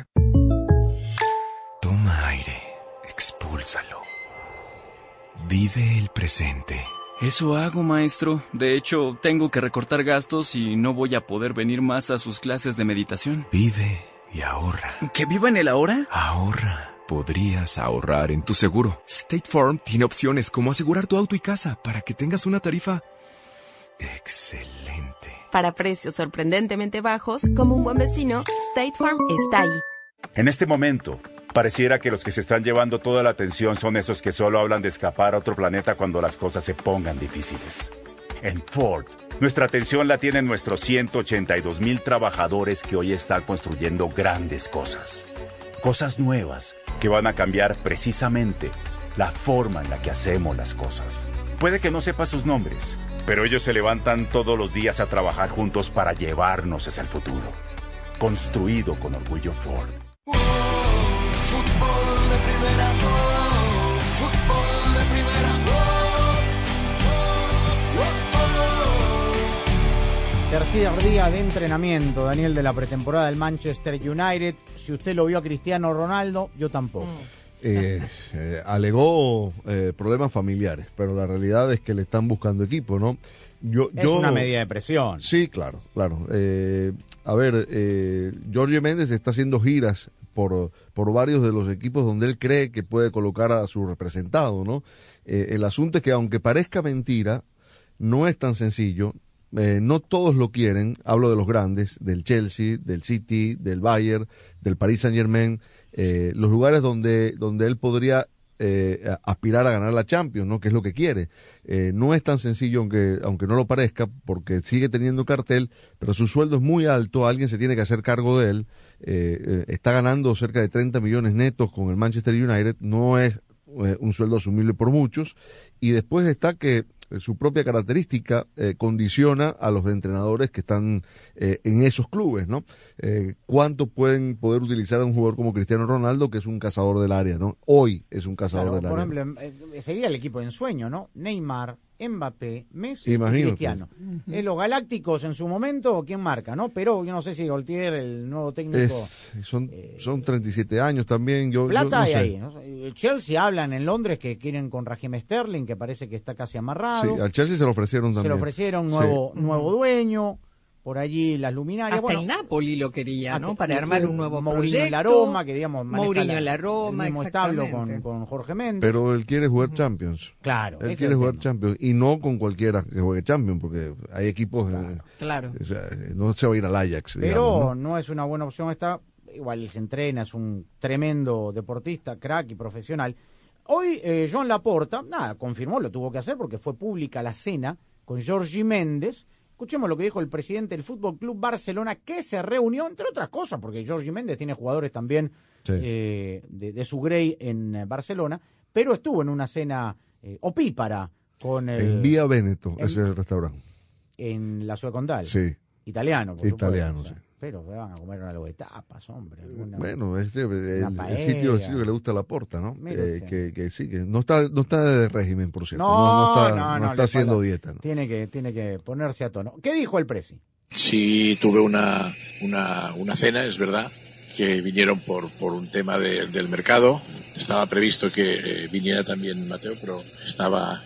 Toma aire, expúlsalo. Vive el presente. Eso hago, maestro. De hecho, tengo que recortar gastos y no voy a poder venir más a sus clases de meditación. Vive y ahorra. ¿Que viva en el ahora? Ahorra. Podrías ahorrar en tu seguro. State Farm tiene opciones como asegurar tu auto y casa para que tengas una tarifa excelente. Para precios sorprendentemente bajos, como un buen vecino, State Farm está ahí. En este momento, pareciera que los que se están llevando toda la atención son esos que solo hablan de escapar a otro planeta cuando las cosas se pongan difíciles. En Ford, nuestra atención la tienen nuestros 182,000 trabajadores que hoy están construyendo grandes cosas. Cosas nuevas que van a cambiar precisamente la forma en la que hacemos las cosas. Puede que no sepa sus nombres, pero ellos se levantan todos los días a trabajar juntos para llevarnos hacia el futuro. Construido con orgullo Ford. Fútbol de primera, fútbol de primera. Tercer día de entrenamiento, Daniel, de la pretemporada del Manchester United. Si usted lo vio a Cristiano Ronaldo, yo tampoco. Alegó problemas familiares, pero la realidad es que le están buscando equipo, ¿no? Es una medida de presión. Sí, claro. Jorge Méndez está haciendo giras por varios de los equipos donde él cree que puede colocar a su representado, ¿no? El asunto es que aunque parezca mentira, no es tan sencillo. No todos lo quieren. Hablo de los grandes, del Chelsea, del City, del Bayern, del Paris Saint-Germain, los lugares donde él podría aspirar a ganar la Champions, ¿no? Que es lo que quiere. No es tan sencillo, aunque no lo parezca, porque sigue teniendo cartel, pero su sueldo es muy alto, alguien se tiene que hacer cargo de él. Está ganando cerca de 30 millones netos con el Manchester United, no es un sueldo asumible por muchos, y después está que su propia característica condiciona a los entrenadores que están en esos clubes, ¿no? ¿Cuánto pueden poder utilizar a un jugador como Cristiano Ronaldo, que es un cazador del área, ¿no? Hoy es un cazador del área. Por ejemplo, sería el equipo de ensueño, ¿no? Neymar, Mbappé, Messi Imagínate. Y Cristiano. Los Galácticos en su momento, ¿quién marca, no? Pero yo no sé si Gaultier, el nuevo técnico... Son 37 años también. Plata hay no sé. ahí, ¿no? Chelsea hablan en Londres que quieren con Raheem Sterling, que parece que está casi amarrado. Sí, al Chelsea se lo ofrecieron también. Se lo ofrecieron, nuevo dueño, por allí las luminarias. Hasta el Napoli lo quería, ¿no? Para armar un nuevo Mourinho proyecto. en la Roma, que digamos Mourinho en la Roma, el mismo establo con Jorge Méndez. Pero él quiere jugar Champions. Claro. Él quiere jugar Champions, y no con cualquiera que juegue Champions, porque hay equipos... Claro. O sea, no se va a ir al Ajax, Pero digamos, no es una buena opción esta. Igual se entrena, es un tremendo deportista, crack y profesional. Hoy Joan Laporta, confirmó, lo tuvo que hacer porque fue pública la cena con Jorge Méndez. Escuchemos lo que dijo el presidente del Fútbol Club Barcelona, que se reunió, entre otras cosas, porque Jorge Méndez tiene jugadores también de su grey en Barcelona, pero estuvo en una cena opípara con el... En Vía Veneto, ese es el restaurante. En la Ciudad Condal. Sí. Italiano, por Italiano, supuesto. sí. Pero se van a comer algo de tapas, hombre. Bueno, el sitio que le gusta a Laporta, ¿no? Que sí, que no está de régimen, por cierto. No está haciendo dieta, ¿no? Tiene que ponerse a tono. ¿Qué dijo el presi? Sí, tuve una cena, es verdad, que vinieron por un tema del mercado. Estaba previsto que viniera también Mateo, pero estaba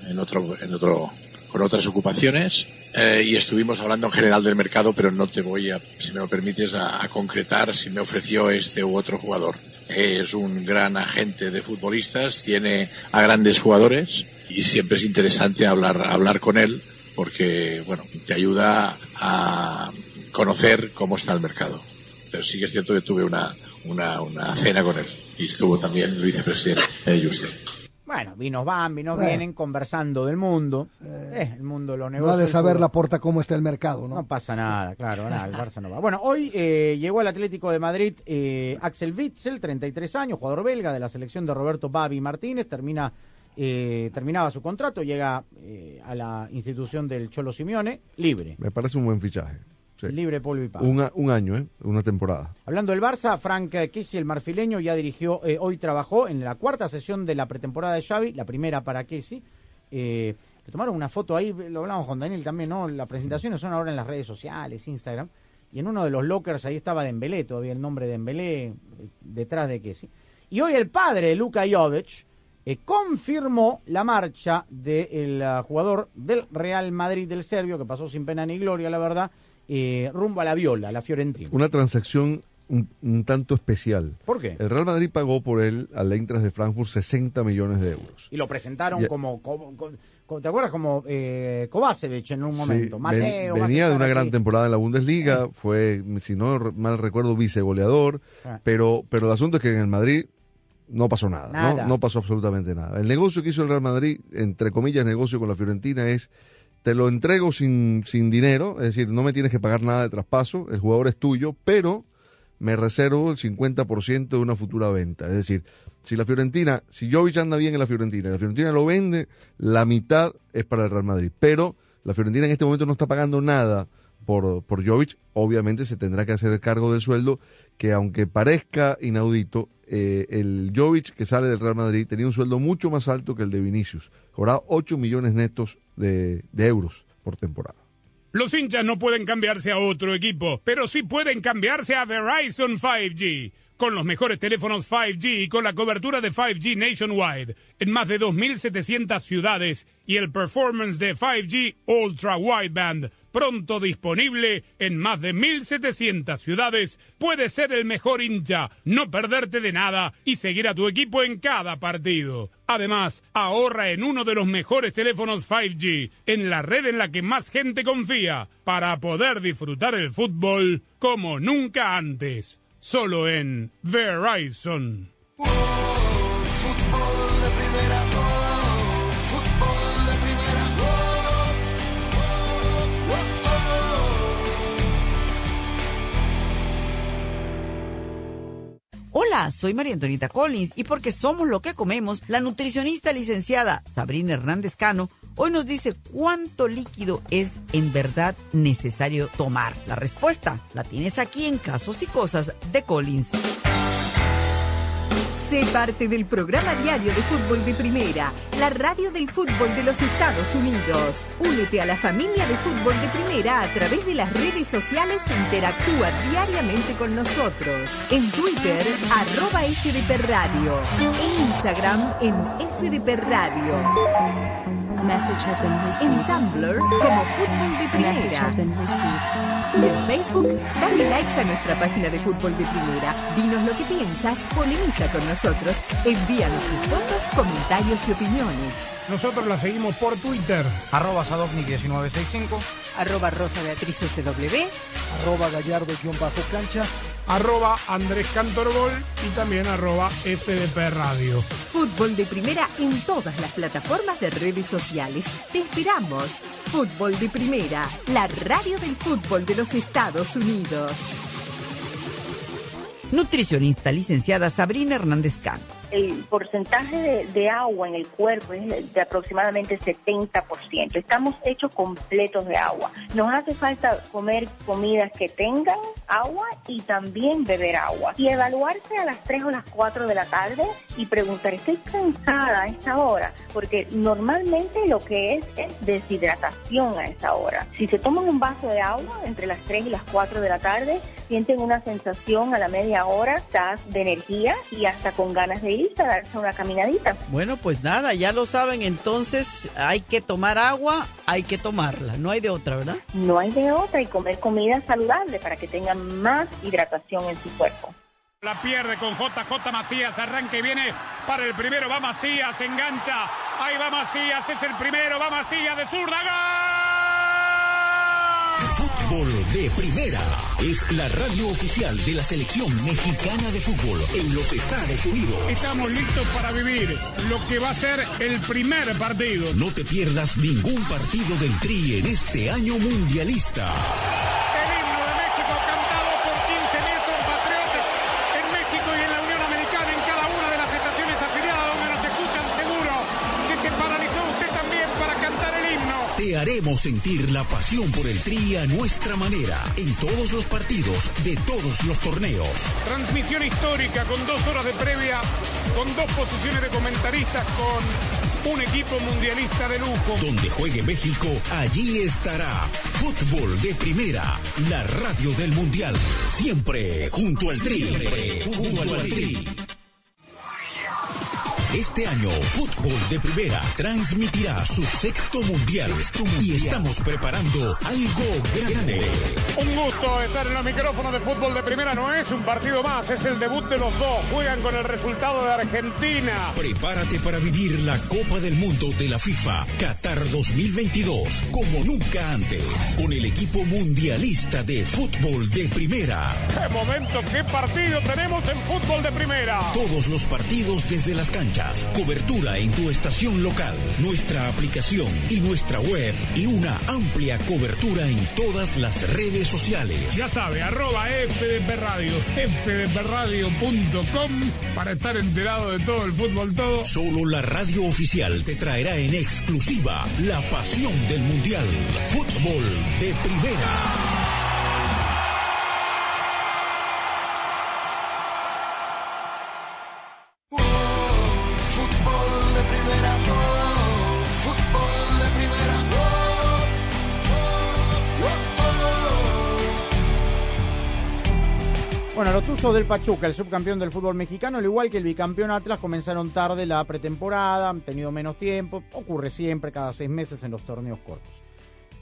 con otras ocupaciones, y estuvimos hablando en general del mercado, pero no te voy a, si me lo permites, a concretar si me ofreció este u otro jugador. Es un gran agente de futbolistas, tiene a grandes jugadores y siempre es interesante hablar con él, porque bueno, te ayuda a conocer cómo está el mercado. Pero sí que es cierto que tuve una cena con él, y estuvo también el vicepresidente Juste. Bueno, vinos vienen conversando del mundo. El mundo lo negocia. No ha de saber Laporta cómo está el mercado, ¿no? No pasa nada, claro, el Barça no va. Bueno, hoy llegó al Atlético de Madrid Axel Witsel, 33 años, jugador belga de la selección de Roberto Babi Martínez, terminaba su contrato, llega a la institución del Cholo Simeone, libre. Me parece un buen fichaje. Sí. Libre, polvo y pago. Un año, una temporada. Hablando del Barça, Frank Kessie, el marfileño, ya dirigió, hoy trabajó en la cuarta sesión de la pretemporada de Xavi, la primera para Kessie. Le tomaron una foto ahí, lo hablamos con Daniel también, ¿no? Las presentaciones son ahora en las redes sociales, Instagram, y en uno de los lockers ahí estaba Dembélé, todavía el nombre de Dembélé detrás de Kessie. Y hoy el padre de Luka Jovic confirmó la marcha del jugador del Real Madrid, del serbio, que pasó sin pena ni gloria, la verdad, rumbo a la Viola, a la Fiorentina. Una transacción un tanto especial. ¿Por qué? El Real Madrid pagó por él al Eintracht de Frankfurt 60 millones de euros. Y lo presentaron como ¿te acuerdas? Como Kovacevic en un momento. Sí, Mateo. venía de una gran temporada en la Bundesliga, fue, si no mal recuerdo, vicegoleador, pero el asunto es que en el Madrid no pasó nada. No pasó absolutamente nada. El negocio que hizo el Real Madrid, entre comillas, negocio con la Fiorentina, es: te lo entrego sin dinero, es decir, no me tienes que pagar nada de traspaso, el jugador es tuyo, pero me reservo el 50% de una futura venta. Es decir, si Jovic anda bien en la Fiorentina lo vende, la mitad es para el Real Madrid. Pero la Fiorentina en este momento no está pagando nada por Jovic. Obviamente se tendrá que hacer cargo del sueldo, que aunque parezca inaudito, el Jovic que sale del Real Madrid tenía un sueldo mucho más alto que el de Vinicius. Cobraba 8 millones netos de euros por temporada. Los hinchas no pueden cambiarse a otro equipo, pero sí pueden cambiarse a Verizon 5G. Con los mejores teléfonos 5G y con la cobertura de 5G nationwide en más de 2.700 ciudades y el performance de 5G Ultra Wideband pronto disponible en más de 1.700 ciudades. Puedes ser el mejor hincha, no perderte de nada y seguir a tu equipo en cada partido. Además, ahorra en uno de los mejores teléfonos 5G, en la red en la que más gente confía, para poder disfrutar el fútbol como nunca antes. Solo en Verizon. Fútbol de primera, fútbol de primera. Hola, soy María Antonieta Collins y porque somos lo que comemos, la nutricionista licenciada Sabrina Hernández Cano hoy nos dice cuánto líquido es en verdad necesario tomar. La respuesta la tienes aquí en Casos y Cosas de Collins. Sé parte del programa diario de fútbol de primera, la radio del fútbol de los Estados Unidos. Únete a la familia de fútbol de primera a través de las redes sociales e interactúa diariamente con nosotros. En Twitter, @FDP Radio. En Instagram, en FDP Radio. En Tumblr, como Fútbol de Primera. Y en Facebook, dale likes a nuestra página de Fútbol de Primera. Dinos lo que piensas, polemiza con nosotros, envíanos tus fotos, comentarios y opiniones. Nosotros la seguimos por Twitter. @Sadovnik1965. @RosaBeatrizSW. @Gallardo_cancha. @Andrés Cantorbol y también @FDP Radio. Fútbol de Primera en todas las plataformas de redes sociales. Te esperamos. Fútbol de Primera, la radio del fútbol de los Estados Unidos. Nutricionista licenciada Sabrina Hernández Cano. El porcentaje de agua en el cuerpo es de aproximadamente 70%. Estamos hechos completos de agua. Nos hace falta comer comidas que tengan agua y también beber agua. Y evaluarse a las 3 o las 4 de la tarde y preguntar, ¿estoy cansada a esta hora? Porque normalmente lo que es deshidratación a esta hora. Si se toman un vaso de agua entre las 3 y las 4 de la tarde, sienten una sensación a la media hora de energía y hasta con ganas de ir a darse una caminadita. Bueno, pues nada, ya lo saben, entonces hay que tomar agua, hay que tomarla, no hay de otra, ¿verdad? No hay de otra, y comer comida saludable para que tengan más hidratación en su cuerpo. La pierde con JJ Macías, arranca y viene para el primero, va Macías, engancha, ahí va Macías, es el primero, va Macías de zurda, ¡gol! Fútbol de Primera es la radio oficial de la selección mexicana de fútbol en los Estados Unidos. Estamos listos para vivir lo que va a ser el primer partido. No te pierdas ningún partido del Tri en este año mundialista. El himno de México cantado por 15.000 compatriotas en México y en la Unión Americana, en cada una de las estaciones afiliadas donde nos escuchan, seguro que se paralizó usted también para cantar el himno. Te haremos sentir la pasión por el Tri a nuestra manera, en todos los partidos de todos los torneos. Transmisión histórica con 2 horas de previa, con 2 posiciones de comentaristas, con un equipo mundialista de lujo. Donde juegue México, allí estará. Fútbol de Primera, la radio del Mundial. Siempre junto al Tri. Junto al Tri. Este año, Fútbol de Primera transmitirá su sexto mundial y estamos preparando algo grande. Un gusto estar en los micrófonos de Fútbol de Primera. No es un partido más, es el debut de los dos. Juegan con el resultado de Argentina. Prepárate para vivir la Copa del Mundo de la FIFA Qatar 2022 como nunca antes, con el equipo mundialista de Fútbol de Primera. ¡Qué momento, qué partido tenemos en Fútbol de Primera! Todos los partidos desde las canchas. Cobertura en tu estación local, nuestra aplicación y nuestra web, y una amplia cobertura en todas las redes sociales. Ya sabe, @FDP Radio, fdpradio.com para estar enterado de todo el fútbol, todo. Solo la radio oficial te traerá en exclusiva la pasión del Mundial. Fútbol de Primera. Bueno, los Tuzos del Pachuca, el subcampeón del fútbol mexicano, al igual que el bicampeón Atlas, comenzaron tarde la pretemporada, han tenido menos tiempo, ocurre siempre cada 6 meses en los torneos cortos.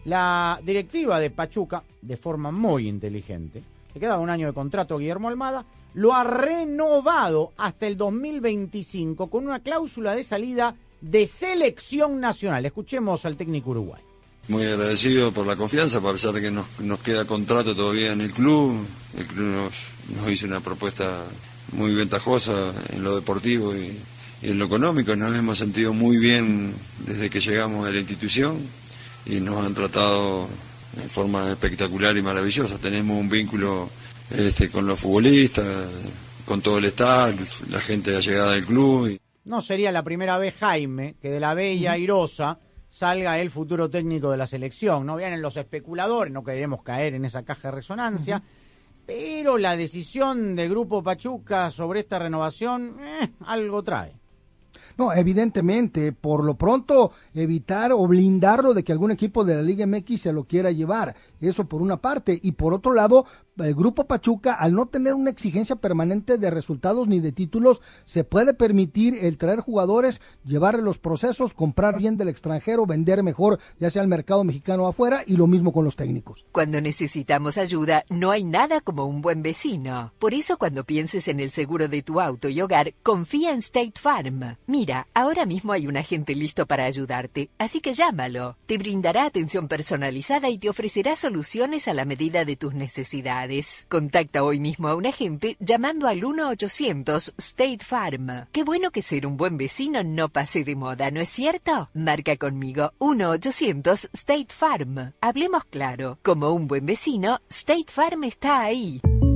La directiva de Pachuca, de forma muy inteligente, le queda un año de contrato a Guillermo Almada, lo ha renovado hasta el 2025 con una cláusula de salida de selección nacional. Escuchemos al técnico uruguayo. Muy agradecido por la confianza, a pesar de que nos queda contrato todavía en el club. El club nos hizo una propuesta muy ventajosa en lo deportivo y en lo económico. Nos hemos sentido muy bien desde que llegamos a la institución y nos han tratado de forma espectacular y maravillosa. Tenemos un vínculo con los futbolistas, con todo el staff, la gente allegada del club. No sería la primera vez, Jaime, que de la bella airosa salga el futuro técnico de la selección. No vienen los especuladores, no queremos caer en esa caja de resonancia, pero la decisión del Grupo Pachuca sobre esta renovación algo trae. No, evidentemente, por lo pronto evitar o blindarlo de que algún equipo de la Liga MX se lo quiera llevar, eso por una parte, y por otro lado, el Grupo Pachuca, al no tener una exigencia permanente de resultados ni de títulos, se puede permitir el traer jugadores, llevar los procesos, comprar bien del extranjero, vender mejor, ya sea al mercado mexicano o afuera, y lo mismo con los técnicos. Cuando necesitamos ayuda, no hay nada como un buen vecino. Por eso, cuando pienses en el seguro de tu auto y hogar, confía en State Farm. Mira, ahora mismo hay un agente listo para ayudarte, así que llámalo. Te brindará atención personalizada y te ofrecerá soluciones a la medida de tus necesidades. Contacta hoy mismo a un agente llamando al 1-800 State Farm. Qué bueno que ser un buen vecino no pase de moda, ¿no es cierto? Marca conmigo 1-800 State Farm. Hablemos claro. Como un buen vecino, State Farm está ahí.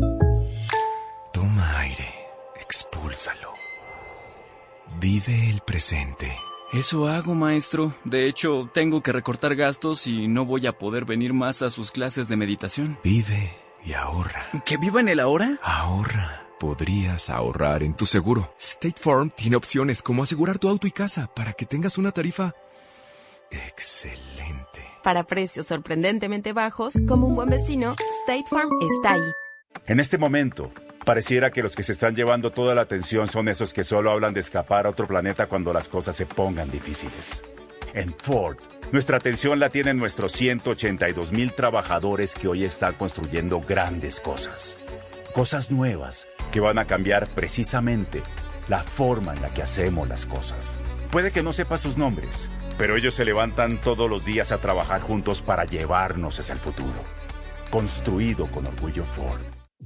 Toma aire, expúlsalo. Vive el presente. Eso hago, maestro. De hecho, tengo que recortar gastos y no voy a poder venir más a sus clases de meditación. Vive y ahorra. ¿Que viva en el ahora? Ahorra. Podrías ahorrar en tu seguro. State Farm tiene opciones como asegurar tu auto y casa para que tengas una tarifa excelente. Para precios sorprendentemente bajos, como un buen vecino, State Farm está ahí. En este momento, pareciera que los que se están llevando toda la atención son esos que solo hablan de escapar a otro planeta cuando las cosas se pongan difíciles. En Ford, nuestra atención la tienen nuestros 182,000 trabajadores que hoy están construyendo grandes cosas. Cosas nuevas que van a cambiar precisamente la forma en la que hacemos las cosas. Puede que no sepa sus nombres, pero ellos se levantan todos los días a trabajar juntos para llevarnos hacia el futuro. Construido con orgullo Ford.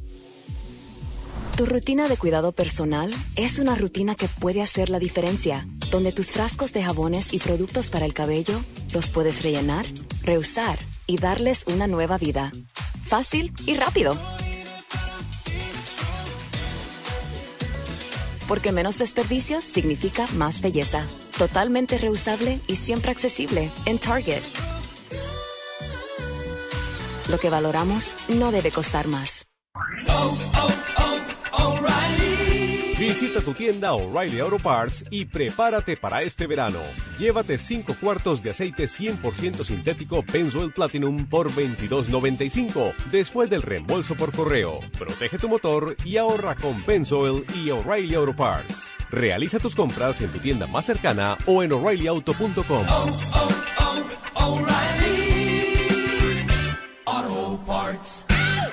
Tu rutina de cuidado personal es una rutina que puede hacer la diferencia, donde tus frascos de jabones y productos para el cabello los puedes rellenar, reusar y darles una nueva vida. Fácil y rápido. Porque menos desperdicios significa más belleza. Totalmente reusable y siempre accesible en Target. Lo que valoramos no debe costar más. Visita tu tienda O'Reilly Auto Parts y prepárate para este verano. Llévate 5 cuartos de aceite 100% sintético Pennzoil Platinum por $22.95 después del reembolso por correo. Protege tu motor y ahorra con Pennzoil y O'Reilly Auto Parts. Realiza tus compras en tu tienda más cercana o en O'ReillyAuto.com. O'Reilly Auto Parts.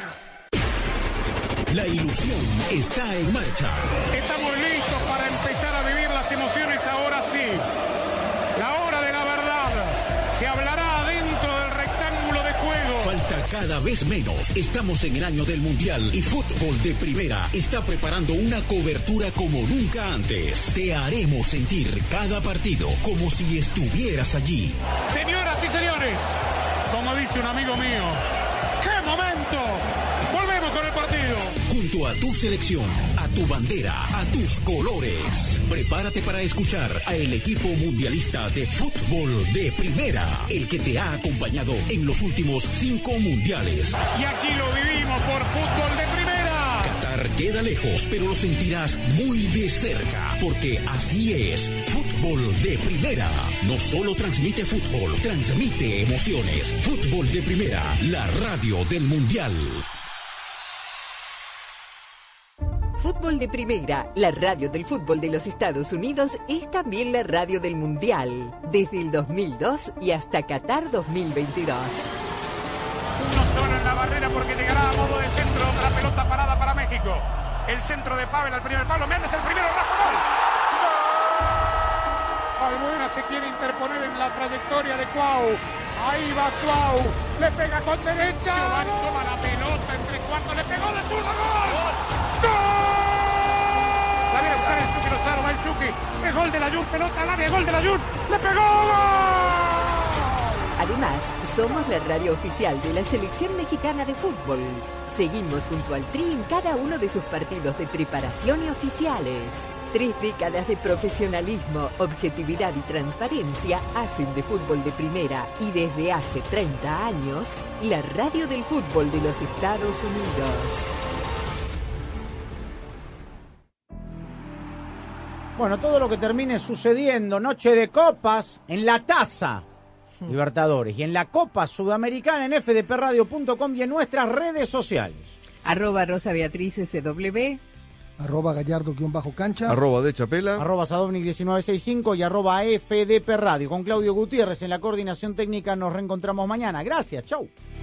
La ilusión está en marcha. Estamos listos para empezar a vivir las emociones ahora sí. La hora de la verdad. Se hablará dentro del rectángulo de juego. Falta cada vez menos. Estamos en el año del Mundial y Fútbol de Primera está preparando una cobertura como nunca antes. Te haremos sentir cada partido como si estuvieras allí. Señoras y señores, como dice un amigo mío, ¡qué momento! Volvemos con el partido. Junto a tu selección, a tu bandera, a tus colores. Prepárate para escuchar a el equipo mundialista de Fútbol de Primera, el que te ha acompañado en los últimos 5 mundiales. Y aquí lo vivimos por Fútbol de Primera. Qatar queda lejos, pero lo sentirás muy de cerca, porque así es Fútbol de Primera. No solo transmite fútbol, transmite emociones. Fútbol de Primera, la radio del Mundial. Fútbol de Primera, la radio del fútbol de los Estados Unidos, es también la radio del Mundial, desde el 2002 y hasta Qatar 2022. Uno solo en la barrera porque llegará a modo de centro, otra pelota parada para México. El centro de Pavel al primer palo, Méndez el primero, Rafa, gol. Albuena se quiere interponer en la trayectoria de Cuau. Ahí va Cuau, le pega con derecha. Giovanni toma la pelota entre cuartos, le pegó de zurda, gol. ¡Gol! La viene a buscar el Chucky Lozano, va el Chucky. Es gol de la Jun, pelota al área, gol de la Jun. ¡Le pegó! ¡Gol! Además, somos la radio oficial de la Selección Mexicana de Fútbol. Seguimos junto al Tri en cada uno de sus partidos de preparación y oficiales. 3 décadas de profesionalismo, objetividad y transparencia hacen de Fútbol de Primera y desde hace 30 años, la radio del fútbol de los Estados Unidos. Bueno, todo lo que termine sucediendo, noche de copas, en la taza Libertadores y en la Copa Sudamericana en fdpradio.com y en nuestras redes sociales. @Rosa Beatriz SW. @Gallardo_cancha. @de Chapela. @Sadovnik1965 y @FDP Radio. Con Claudio Gutiérrez en la coordinación técnica nos reencontramos mañana. Gracias, chau.